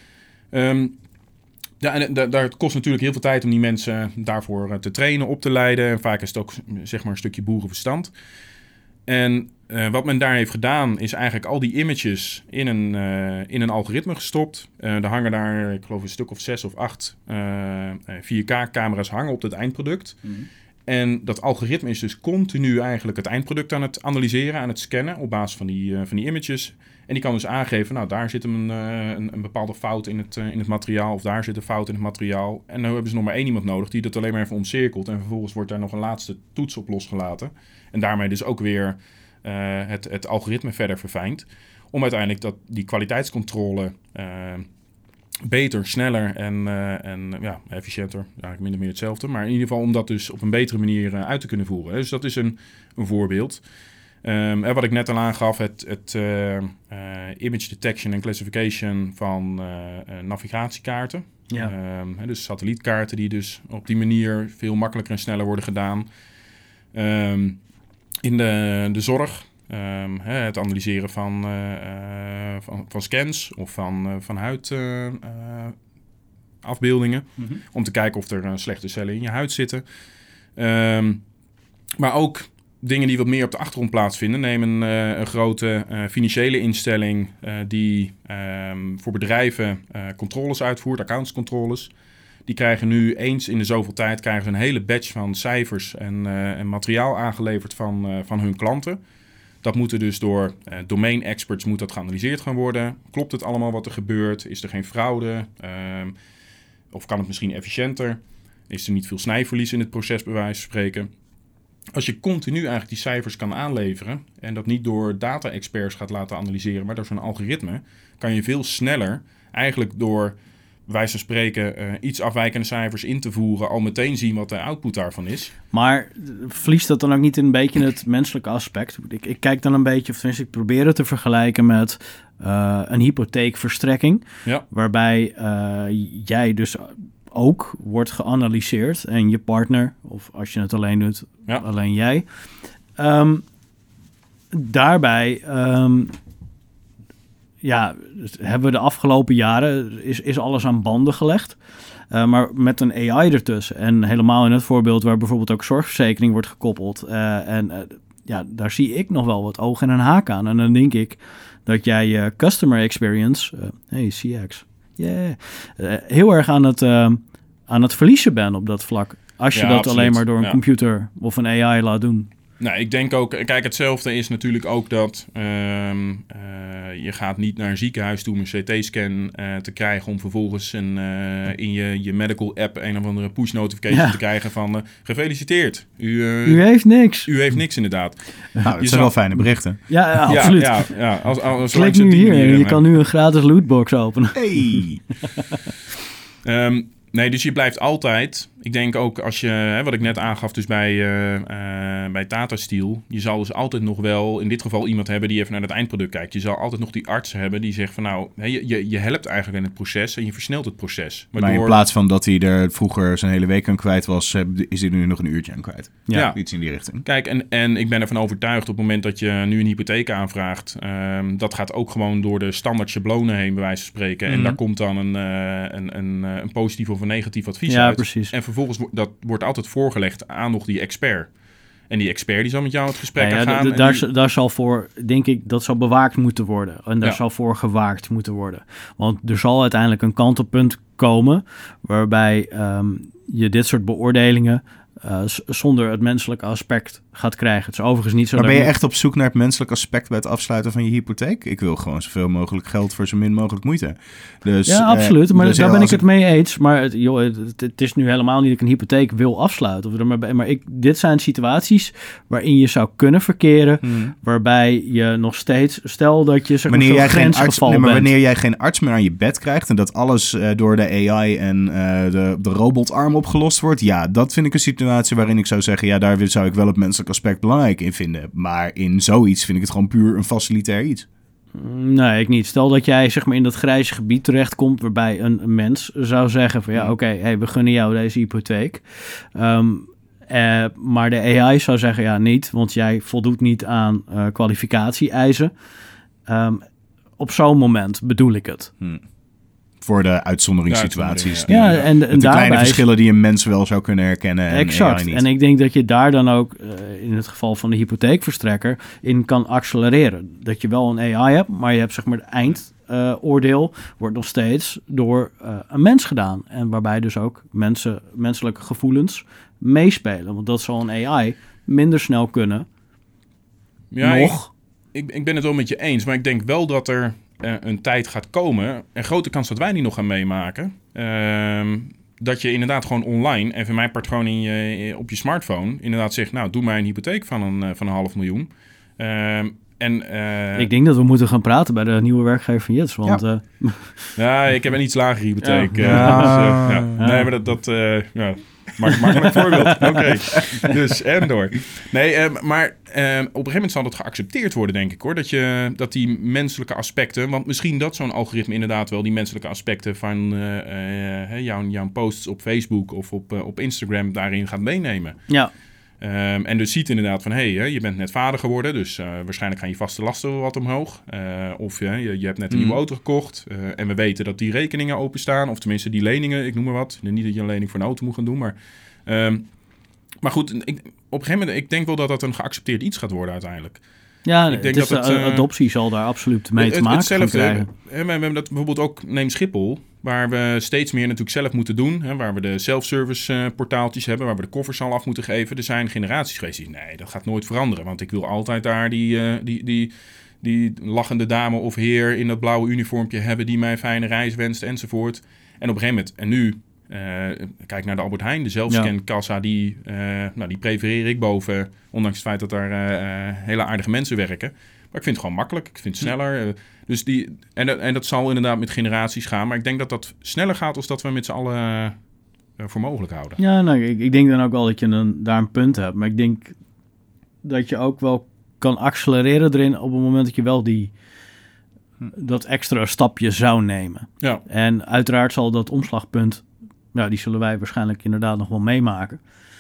Daar kost natuurlijk heel veel tijd om die mensen daarvoor te trainen, op te leiden. En vaak is het ook, zeg maar, een stukje boerenverstand. En wat men daar heeft gedaan is eigenlijk al die images in een algoritme gestopt. Er hangen daar, ik geloof, een stuk of 6 of 8 4K-camera's hangen op het eindproduct. Mm-hmm. En dat algoritme is dus continu eigenlijk het eindproduct aan het analyseren, aan het scannen op basis van die images. En die kan dus aangeven, nou, daar zit een bepaalde fout in het materiaal, of daar zit een fout in het materiaal. En dan hebben ze nog maar 1 iemand nodig die dat alleen maar even omcirkelt. En vervolgens wordt daar nog een laatste toets op losgelaten. En daarmee dus ook weer het algoritme verder verfijnd. Om uiteindelijk die kwaliteitscontrole beter, sneller en efficiënter, eigenlijk min of meer hetzelfde. Maar in ieder geval om dat dus op een betere manier uit te kunnen voeren. Dus dat is een voorbeeld. Wat ik net al aangaf, het image detection en classification van navigatiekaarten. Ja. Dus satellietkaarten die dus op die manier veel makkelijker en sneller worden gedaan. In de zorg, het analyseren van scans of van huidafbeeldingen. Mm-hmm. Om te kijken of er slechte cellen in je huid zitten. Maar ook dingen die wat meer op de achtergrond plaatsvinden. Neem een grote financiële instelling die voor bedrijven controles uitvoert, accountscontroles. Die krijgen nu eens in de zoveel tijd een hele batch van cijfers en materiaal aangeleverd van hun klanten. Dat moet er dus door domain experts moet dat geanalyseerd gaan worden. Klopt het allemaal wat er gebeurt? Is er geen fraude? Of kan het misschien efficiënter? Is er niet veel snijverlies in het proces, bij wijze van spreken? Als je continu eigenlijk die cijfers kan aanleveren en dat niet door data-experts gaat laten analyseren, maar door zo'n algoritme, kan je veel sneller eigenlijk door, bij wijze van spreken, iets afwijkende cijfers in te voeren, al meteen zien wat de output daarvan is. Maar verliest dat dan ook niet een beetje het menselijke aspect? Ik kijk dan een beetje, of tenminste ik probeer het te vergelijken met een hypotheekverstrekking, waarbij jij dus ook wordt geanalyseerd en je partner, of als je het alleen doet, alleen jij. Daarbij hebben we de afgelopen jaren is alles aan banden gelegd. Maar met een AI ertussen en helemaal in het voorbeeld waar bijvoorbeeld ook zorgverzekering wordt gekoppeld. Daar zie ik nog wel wat oog en een haak aan. En dan denk ik dat jij je customer experience, CX, heel erg aan het verliezen bent op dat vlak. Als je dat absoluut alleen maar door een computer of een AI laat doen. Nou, ik denk ook, kijk, hetzelfde is natuurlijk ook dat je gaat niet naar een ziekenhuis toe om een CT-scan te krijgen om vervolgens in je medical app een of andere push notification te krijgen van gefeliciteerd. U heeft niks. U heeft niks, inderdaad. Nou, dat zijn wel fijne berichten. Ja, absoluut. Ja. Als klik nu hier en je kan nu een gratis lootbox openen. Hey! Nee, dus je blijft altijd. Ik denk ook als je, wat ik net aangaf, dus bij Tata Steel, je zal dus altijd nog wel in dit geval iemand hebben die even naar het eindproduct kijkt. Je zal altijd nog die arts hebben die zegt van nou, je helpt eigenlijk in het proces en je versnelt het proces. Maar in plaats van dat hij er vroeger zijn hele week aan kwijt was, is hij nu nog een uurtje aan kwijt. Ja. Iets in die richting. Kijk, en ik ben ervan overtuigd op het moment dat je nu een hypotheek aanvraagt, dat gaat ook gewoon door de standaard schablonen heen, bij wijze van spreken. En daar komt dan een positief of een negatief advies uit. Precies. En vervolgens wordt altijd voorgelegd aan nog die expert. En die expert die zal met jou het gesprek aan gaan. Daar zal voor, denk ik, dat zal bewaakt moeten worden. En daar zal voor gewaakt moeten worden. Want er zal uiteindelijk een kantelpunt komen waarbij je dit soort beoordelingen zonder het menselijke aspect gaat krijgen. Het is overigens niet zo. Maar ben je echt op zoek naar het menselijk aspect bij het afsluiten van je hypotheek? Ik wil gewoon zoveel mogelijk geld voor zo min mogelijk moeite. Dus, ja, absoluut. Maar dus daar ben ik het mee eens. Maar het is nu helemaal niet dat ik een hypotheek wil afsluiten. Maar dit zijn situaties waarin je zou kunnen verkeren, waarbij je nog steeds, stel dat je zo'n grensgeval bent. Maar wanneer jij geen arts meer aan je bed krijgt en dat alles door de AI en de robotarm opgelost wordt, ja, dat vind ik een situatie waarin ik zou zeggen, ja, daar zou ik wel het menselijk aspect belangrijk in vinden. Maar in zoiets vind ik het gewoon puur een facilitair iets. Nee, ik niet. Stel dat jij zeg maar in dat grijze gebied terechtkomt waarbij een mens zou zeggen van ja, oké, we gunnen jou deze hypotheek. Maar de AI zou zeggen ja, niet, want jij voldoet niet aan kwalificatie-eisen. Op zo'n moment bedoel ik het. Voor de uitzonderingssituaties. En de kleine verschillen die een mens wel zou kunnen herkennen. Exact. En ik denk dat je daar dan ook, in het geval van de hypotheekverstrekker, in kan accelereren. Dat je wel een AI hebt, maar je hebt zeg maar het eindoordeel wordt nog steeds door een mens gedaan. En waarbij dus ook menselijke gevoelens meespelen. Want dat zal een AI minder snel kunnen. Ja, ik ben het wel met je eens, maar ik denk wel dat er een tijd gaat komen, een grote kans dat wij die nog gaan meemaken, dat je inderdaad gewoon online, en voor mij part gewoon op je smartphone, inderdaad zegt, nou, doe mij een hypotheek van een $500.000. Ik denk dat we moeten gaan praten bij de nieuwe werkgever van Jits, want... Ja, ik heb een iets lagere hypotheek. Nee, maar dat makkelijk voorbeeld. Oké. Dus, en door. Nee, maar op een gegeven moment zal dat geaccepteerd worden, denk ik, hoor. Dat die menselijke aspecten, want misschien dat zo'n algoritme inderdaad wel die menselijke aspecten van jouw posts op Facebook of op Instagram daarin gaat meenemen. Ja. En dus ziet inderdaad van, je bent net vader geworden, dus waarschijnlijk gaan je vaste lasten wel wat omhoog. Of je hebt net een nieuwe auto gekocht en we weten dat die rekeningen openstaan, of tenminste die leningen, ik noem maar wat. Niet dat je een lening voor een auto moet gaan doen, maar goed, op een gegeven moment, ik denk wel dat dat een geaccepteerd iets gaat worden uiteindelijk. Ja, ik denk dat adoptie zal daar absoluut mee te maken gaan krijgen. We hebben dat bijvoorbeeld ook, neem Schiphol. waar we steeds meer natuurlijk zelf moeten doen. Hè, waar we de self-service portaaltjes hebben, waar we de koffers al af moeten geven. Er zijn generaties geweest die nee, dat gaat nooit veranderen. Want ik wil altijd daar die lachende dame of heer in dat blauwe uniformpje hebben die mij een fijne reis wenst enzovoort. En op een gegeven moment, en nu, kijk naar de Albert Heijn, de zelfscankassa, die prefereer ik boven, ondanks het feit dat daar hele aardige mensen werken. Maar ik vind het gewoon makkelijk, ik vind het sneller. Dus en dat zal inderdaad met generaties gaan, maar ik denk dat dat sneller gaat als dat we met z'n allen voor mogelijk houden. Ja, nou, ik denk dan ook wel dat je daar een punt hebt, maar ik denk dat je ook wel kan accelereren erin op het moment dat je wel dat extra stapje zou nemen. Ja. En uiteraard zal dat omslagpunt, die zullen wij waarschijnlijk inderdaad nog wel meemaken.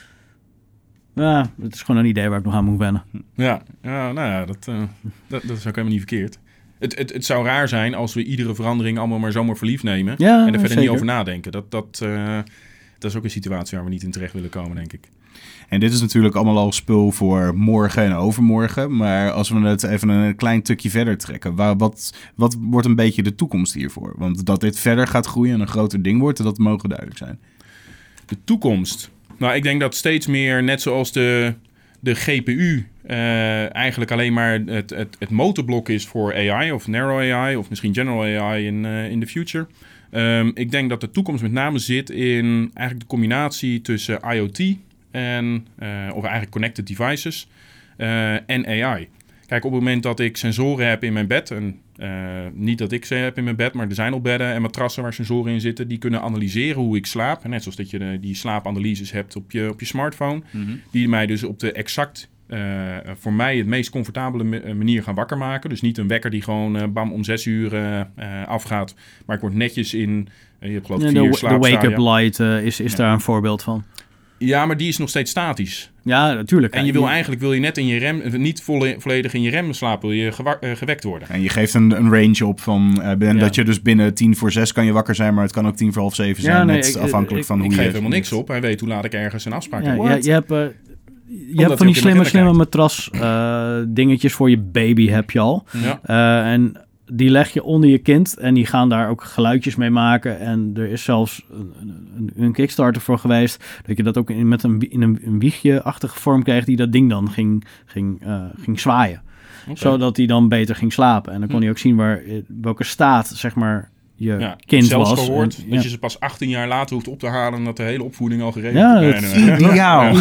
Ja, het is gewoon een idee waar ik nog aan moet wennen. Ja, dat is ook helemaal niet verkeerd. Het zou raar zijn als we iedere verandering allemaal maar zomaar voor lief nemen. Ja, en er verder zeker niet over nadenken. Dat is ook een situatie waar we niet in terecht willen komen, denk ik. En dit is natuurlijk allemaal al spul voor morgen en overmorgen. Maar als we het even een klein stukje verder trekken. Wat wordt een beetje de toekomst hiervoor? Want dat dit verder gaat groeien en een groter ding wordt, dat mogen duidelijk zijn. De toekomst? Nou, ik denk dat steeds meer, net zoals de GPU eigenlijk alleen maar het motorblok is voor AI of narrow AI of misschien general AI in the future. Ik denk dat de toekomst met name zit in eigenlijk de combinatie tussen IoT of eigenlijk connected devices en AI. Kijk, op het moment dat ik sensoren heb in mijn bed, en niet dat ik ze heb in mijn bed, maar er zijn al bedden en matrassen waar sensoren in zitten, die kunnen analyseren hoe ik slaap. Net zoals dat je die slaapanalyses hebt op je smartphone, die mij dus op de exact, voor mij het meest comfortabele manier gaan wakker maken. Dus niet een wekker die gewoon om 6 uur afgaat, maar ik word netjes in, je hebt geloof ik 4 uur slaapstadia. De wake-up light is daar een voorbeeld van. Ja, maar die is nog steeds statisch. Ja, natuurlijk. En wil je net in je rem, niet volledig in je remslaap, wil je gewekt worden. En je geeft een range op van dat je dus binnen 5:45 kan je wakker zijn, maar het kan ook 5:45 zijn, afhankelijk van hoe je... Ik geef helemaal niks op. Hij weet hoe laat ik ergens een afspraak heb. Je hebt van die slimme matras dingetjes voor je baby heb je al. Ja. En die leg je onder je kind en die gaan daar ook geluidjes mee maken. En er is zelfs een Kickstarter voor geweest dat je dat ook in een wiegje-achtige vorm kreeg die dat ding dan ging zwaaien. Okay. Zodat hij dan beter ging slapen. En dan kon hij ook zien welke staat, zeg maar, je kind zelfs was. Gehoord dat je ze pas 18 jaar later hoeft op te halen en dat de hele opvoeding al geregeld is. Ideaal.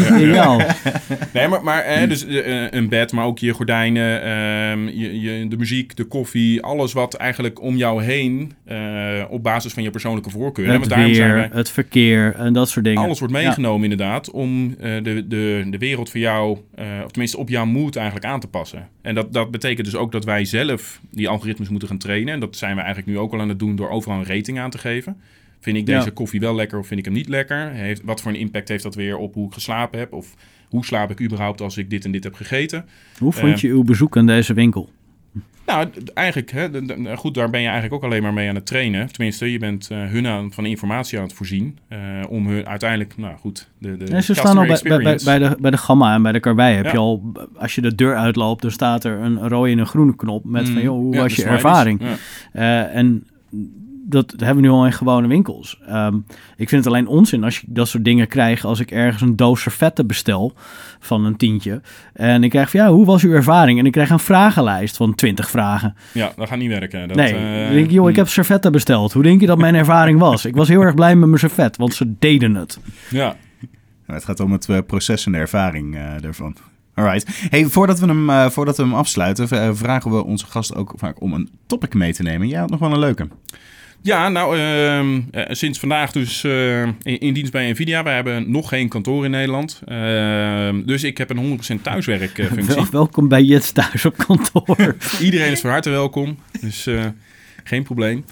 Nee, maar dus een bed, maar ook je gordijnen, de muziek, de koffie, alles wat eigenlijk om jou heen op basis van je persoonlijke voorkeuren. Het verkeer en dat soort dingen. Alles wordt meegenomen inderdaad om de wereld voor jou, of tenminste op jouw mood eigenlijk aan te passen. En dat betekent dus ook dat wij zelf die algoritmes moeten gaan trainen. En dat zijn we eigenlijk nu ook al aan het doen door overal een rating aan te geven. Vind ik deze koffie wel lekker of vind ik hem niet lekker? Wat voor een impact heeft dat weer op hoe ik geslapen heb? Of hoe slaap ik überhaupt als ik dit en dit heb gegeten? Hoe vond je uw bezoek aan deze winkel? Nou, eigenlijk, goed, daar ben je eigenlijk ook alleen maar mee aan het trainen. Tenminste, je bent hun van informatie aan het voorzien. Om hun uiteindelijk, nou goed, ze staan al bij de Gamma en bij de Karwei heb je al, als je de deur uitloopt, dan staat er een rode en een groene knop met van, joh, hoe was je ervaring? Ja. En dat hebben we nu al in gewone winkels. Ik vind het alleen onzin als je dat soort dingen krijgt als ik ergens een doos servetten bestel van een €10. En ik krijg van, hoe was uw ervaring? En ik krijg een vragenlijst van 20 vragen. Ja, dat gaat niet werken. Dan denk ik, ik heb servetten besteld. Hoe denk je dat mijn ervaring was? Ik was heel erg blij met mijn servet, want ze deden het. Ja. Het gaat om het proces en de ervaring daarvan. Alright. Hey, voordat we hem afsluiten, vragen we onze gast ook vaak om een topic mee te nemen. Jij had nog wel een leuke. Ja, nou, sinds vandaag dus in dienst bij Nvidia. Wij hebben nog geen kantoor in Nederland. Dus ik heb een 100% thuiswerkfunctie. Welkom bij Jets thuis op kantoor. Iedereen is van harte welkom. Dus geen probleem.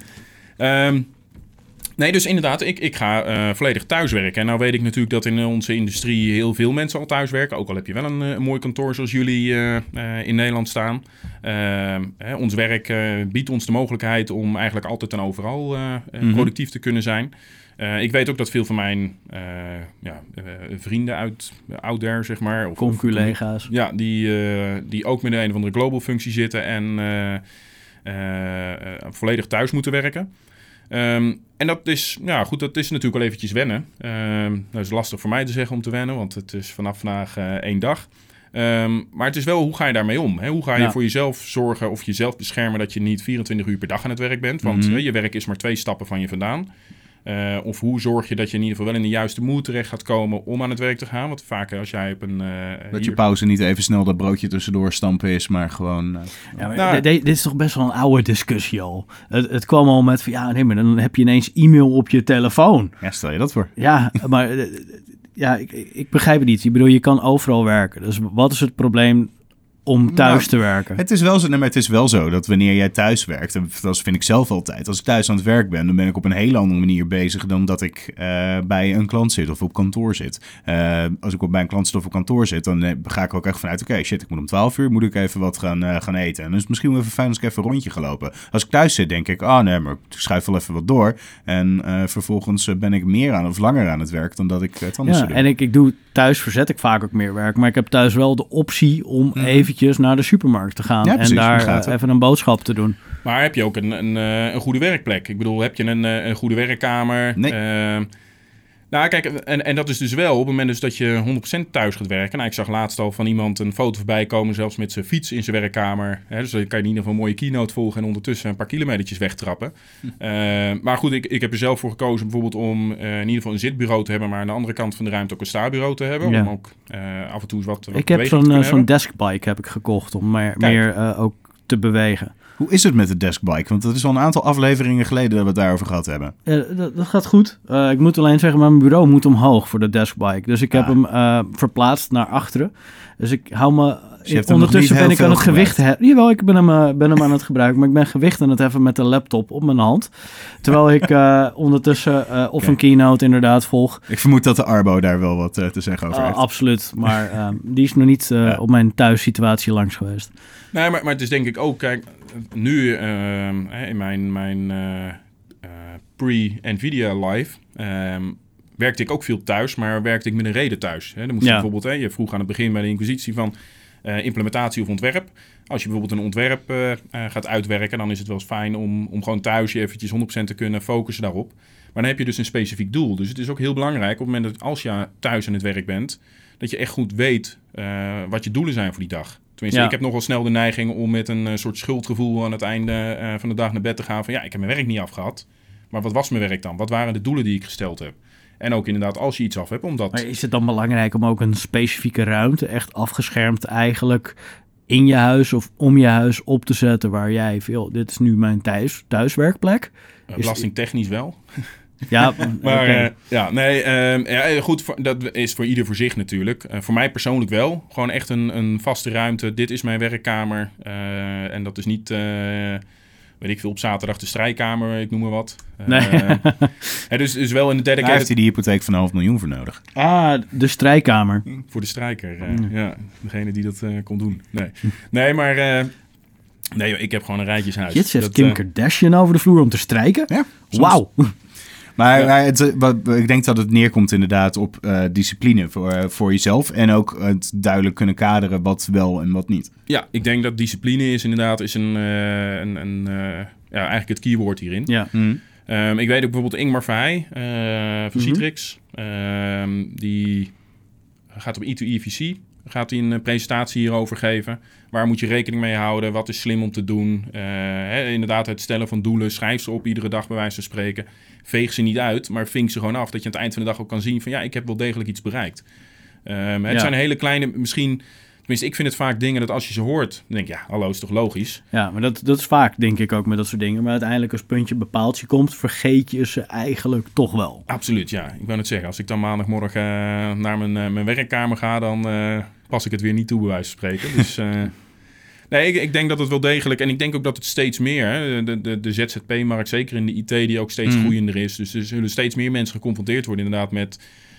Nee, dus inderdaad, ik ga volledig thuiswerken. En nou weet ik natuurlijk dat in onze industrie heel veel mensen al thuiswerken. Ook al heb je wel een mooi kantoor zoals jullie in Nederland staan. Ons werk biedt ons de mogelijkheid om eigenlijk altijd en overal productief te kunnen zijn. Ik weet ook dat veel van mijn vrienden out there, zeg maar. Of conculega's. Ja, die ook met een of andere global functie zitten en volledig thuis moeten werken. En dat is, dat is natuurlijk wel eventjes wennen. Dat is lastig voor mij te zeggen om te wennen, want het is vanaf vandaag 1 dag. Maar het is wel, hoe ga je daarmee om? Hè? Hoe ga je voor jezelf zorgen of jezelf beschermen dat je niet 24 uur per dag aan het werk bent? Want je werk is maar 2 stappen van je vandaan. Of hoe zorg je dat je in ieder geval wel in de juiste mood terecht gaat komen om aan het werk te gaan? Want vaak als jij op een... dat je pauze niet even snel dat broodje tussendoor stampen is, maar gewoon... Dit is toch best wel een oude discussie al. Het kwam al met van, maar dan heb je ineens e-mail op je telefoon. Ja, stel je dat voor. Ja, maar ik begrijp het niet. Ik bedoel, je kan overal werken. Dus wat is het probleem om thuis te werken? Het is wel zo dat wanneer jij thuis werkt, en dat vind ik zelf altijd, als ik thuis aan het werk ben, dan ben ik op een hele andere manier bezig dan dat ik bij een klant zit of op kantoor zit. Als ik bij een klant zit of op kantoor zit, dan ga ik ook echt vanuit, ik moet om 12 uur, moet ik even wat gaan eten. En dan is het misschien wel even fijn als ik even een rondje ga lopen. Als ik thuis zit, denk ik, maar ik schuif wel even wat door. En vervolgens ben ik meer aan of langer aan het werk dan dat ik het anders zou doen. En ik doe thuis, verzet ik vaak ook meer werk, maar ik heb thuis wel de optie om eventjes naar de supermarkt te gaan en daar even een boodschap te doen. Maar heb je ook een goede werkplek? Ik bedoel, heb je een goede werkkamer? Nee. Kijk, en dat is dus wel op het moment dus dat je 100% thuis gaat werken. Nou, ik zag laatst al van iemand een foto voorbij komen, zelfs met zijn fiets in zijn werkkamer. Dus dan kan je in ieder geval een mooie keynote volgen en ondertussen een paar kilometertjes wegtrappen. Maar goed, ik heb er zelf voor gekozen bijvoorbeeld om in ieder geval een zitbureau te hebben, maar aan de andere kant van de ruimte ook een stabureau te hebben. Ja. Om ook af en toe eens wat ik heb zo'n deskbike heb ik gekocht om meer ook te bewegen. Hoe is het met de deskbike? Want dat is al een aantal afleveringen geleden dat we het daarover gehad hebben. Dat gaat goed. Ik moet alleen zeggen, mijn bureau moet omhoog voor de deskbike. Dus ik heb hem verplaatst naar achteren. Dus ik hou me... ondertussen ben ik aan het gewicht... Jawel, ik ben hem aan het gebruiken. Maar ik ben gewicht aan het heffen met de laptop op mijn hand. Terwijl ik ondertussen een keynote inderdaad volg. Ik vermoed dat de Arbo daar wel wat te zeggen over heeft. Absoluut. Maar die is nog niet op mijn thuissituatie langs geweest. Nee, maar het is denk ik ook... Kijk, nu in mijn pre-NVIDIA Live... werkte ik ook veel thuis, maar werkte ik met een reden thuis. Dan moest je bijvoorbeeld... je vroeg aan het begin bij de inquisitie van... implementatie of ontwerp. Als je bijvoorbeeld een ontwerp gaat uitwerken, dan is het wel eens fijn om gewoon thuis je eventjes 100% te kunnen focussen daarop. Maar dan heb je dus een specifiek doel. Dus het is ook heel belangrijk op het moment dat als je thuis aan het werk bent, dat je echt goed weet wat je doelen zijn voor die dag. Tenminste, ik heb nogal snel de neiging om met een soort schuldgevoel aan het einde van de dag naar bed te gaan van ik heb mijn werk niet afgehad. Maar wat was mijn werk dan? Wat waren de doelen die ik gesteld heb? En ook inderdaad als je iets af hebt, omdat... Maar is het dan belangrijk om ook een specifieke ruimte, echt afgeschermd eigenlijk, in je huis of om je huis op te zetten waar jij veel... Dit is nu mijn thuiswerkplek. Belastingtechnisch wel. Ja, maar goed, dat is voor ieder voor zich natuurlijk. Voor mij persoonlijk wel. Gewoon echt een vaste ruimte. Dit is mijn werkkamer. En dat is niet... weet ik veel, op zaterdag de strijkamer, ik noem maar wat. Dus wel in de derde keer... Daar heeft hij die hypotheek van $500.000 voor nodig. De strijkamer. Voor de strijker, degene die dat kon doen. Nee, maar... nee, ik heb gewoon een rijtjeshuis. Je zegt Kim Kardashian over de vloer om te strijken? Ja. Wauw. Maar ik denk dat het neerkomt inderdaad op discipline voor jezelf. En ook het duidelijk kunnen kaderen wat wel en wat niet. Ja, ik denk dat discipline is inderdaad eigenlijk het keyword hierin. Ja. Ik weet ook bijvoorbeeld Ingmar Verheij van Citrix. Die gaat op E2EVC. Gaat hij een presentatie hierover geven. Waar moet je rekening mee houden? Wat is slim om te doen? Inderdaad, het stellen van doelen. Schrijf ze op iedere dag bij wijze van spreken. Veeg ze niet uit, maar vink ze gewoon af. Dat je aan het eind van de dag ook kan zien van... ik heb wel degelijk iets bereikt. Het zijn hele kleine, misschien... Tenminste, ik vind het vaak dingen dat als je ze hoort... dan denk je, hallo, is toch logisch? Ja, maar dat is vaak, denk ik ook, met dat soort dingen. Maar uiteindelijk als puntje bepaaltje komt... vergeet je ze eigenlijk toch wel. Absoluut, ja. Ik wou net zeggen, als ik dan maandagmorgen naar mijn werkkamer ga... dan pas ik het weer niet toe, bij wijze van spreken. Dus... Nee, ik denk dat het wel degelijk... En ik denk ook dat het steeds meer... De ZZP-markt, zeker in de IT, die ook steeds groeiender is. Dus er zullen steeds meer mensen geconfronteerd worden inderdaad met...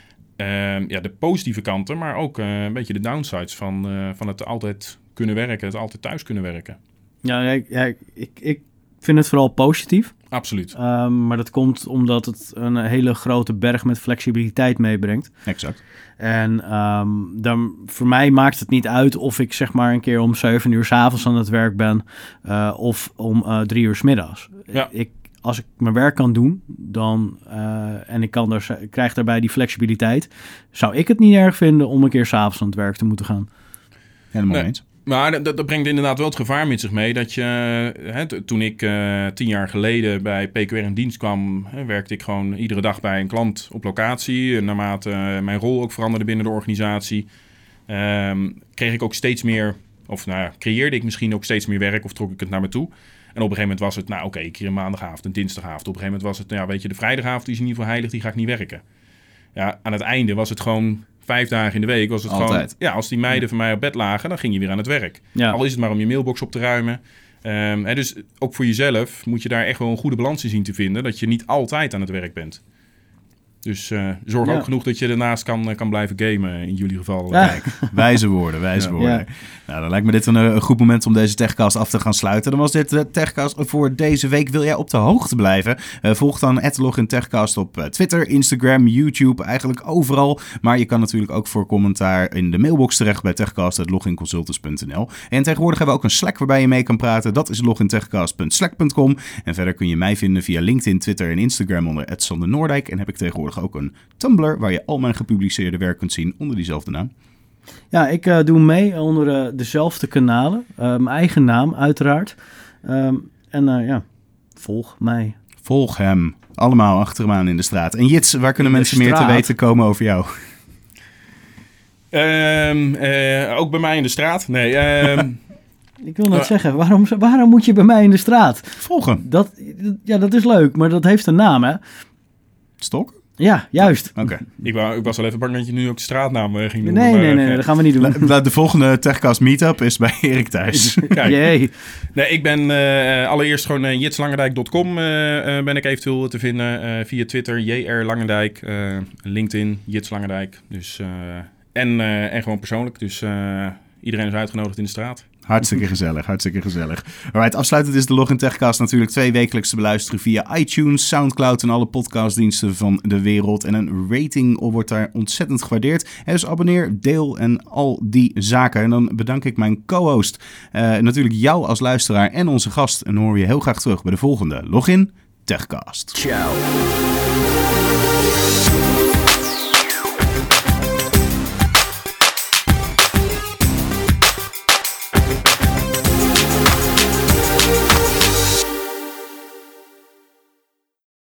de positieve kanten, maar ook een beetje de downsides van het altijd kunnen werken, het altijd thuis kunnen werken. Ja, ik vind het vooral positief. Absoluut. Maar dat komt omdat het een hele grote berg met flexibiliteit meebrengt. Exact. En dan, voor mij maakt het niet uit of ik zeg maar een keer om 7 uur 's avonds aan het werk ben of om 3 uur 's middags. Ja. als ik mijn werk kan doen, dan, en ik krijg daarbij die flexibiliteit, zou ik het niet erg vinden om een keer 's avonds aan het werk te moeten gaan. Helemaal eens. Maar dat brengt inderdaad wel het gevaar met zich mee dat je... toen ik 10 jaar geleden bij PQR in dienst kwam... werkte ik gewoon iedere dag bij een klant op locatie. En naarmate mijn rol ook veranderde binnen de organisatie... kreeg ik ook steeds meer... creëerde ik misschien ook steeds meer werk of trok ik het naar me toe. En op een gegeven moment was het... een keer een maandagavond, een dinsdagavond. Op een gegeven moment was het... de vrijdagavond die is in ieder geval heilig, die ga ik niet werken. Ja, aan het einde was het gewoon... 5 dagen in de week was het altijd. Gewoon... Ja, als die meiden van mij op bed lagen, dan ging je weer aan het werk. Ja. Al is het maar om je mailbox op te ruimen. Dus ook voor jezelf moet je daar echt wel een goede balans in zien te vinden. Dat je niet altijd aan het werk bent. Dus zorg ook genoeg dat je daarnaast kan blijven gamen in jullie geval. Ja. Kijk, wijze woorden. Ja. Nou, dan lijkt me dit een goed moment om deze Techcast af te gaan sluiten. Dan was dit de Techcast voor deze week. Wil jij op de hoogte blijven? Volg dan @LoginTechcast op Twitter, Instagram, YouTube, eigenlijk overal. Maar je kan natuurlijk ook voor commentaar in de mailbox terecht bij techcast@loginconsultants.nl. En tegenwoordig hebben we ook een Slack waarbij je mee kan praten. Dat is logintechcast.slack.com. En verder kun je mij vinden via LinkedIn, Twitter en Instagram onder @Sander Noordijk. En heb ik tegenwoordig ook een Tumblr waar je al mijn gepubliceerde werk kunt zien onder diezelfde naam. Ja, ik doe mee onder dezelfde kanalen. Mijn eigen naam uiteraard. Volg mij. Volg hem. Allemaal achter hem aan in de straat. En Jits, waar kunnen mensen meer te weten komen over jou? Ook bij mij in de straat? Nee. Ik wil net zeggen, waarom moet je bij mij in de straat? Volgen. Dat is leuk, maar dat heeft een naam, hè? Stok? Ja, juist. Oké. Ik was wel even bang dat je nu ook de straatnaam ging doen. Nee, dat gaan we niet doen. De volgende Techcast meetup is bij Erik thuis. Kijk. Nee, ik ben allereerst gewoon jitslangendijk.com ben ik eventueel te vinden. Via Twitter, JR Langendijk. LinkedIn, Jits Langendijk. Dus, en gewoon persoonlijk. Dus iedereen is uitgenodigd in de straat. Hartstikke gezellig. Alright, afsluitend is de Login Techcast natuurlijk 2 wekelijks te beluisteren via iTunes, Soundcloud en alle podcastdiensten van de wereld. En een rating wordt daar ontzettend gewaardeerd. En dus abonneer, deel en al die zaken. En dan bedank ik mijn co-host, natuurlijk jou als luisteraar en onze gast. En dan hoor je heel graag terug bij de volgende Login Techcast. Ciao.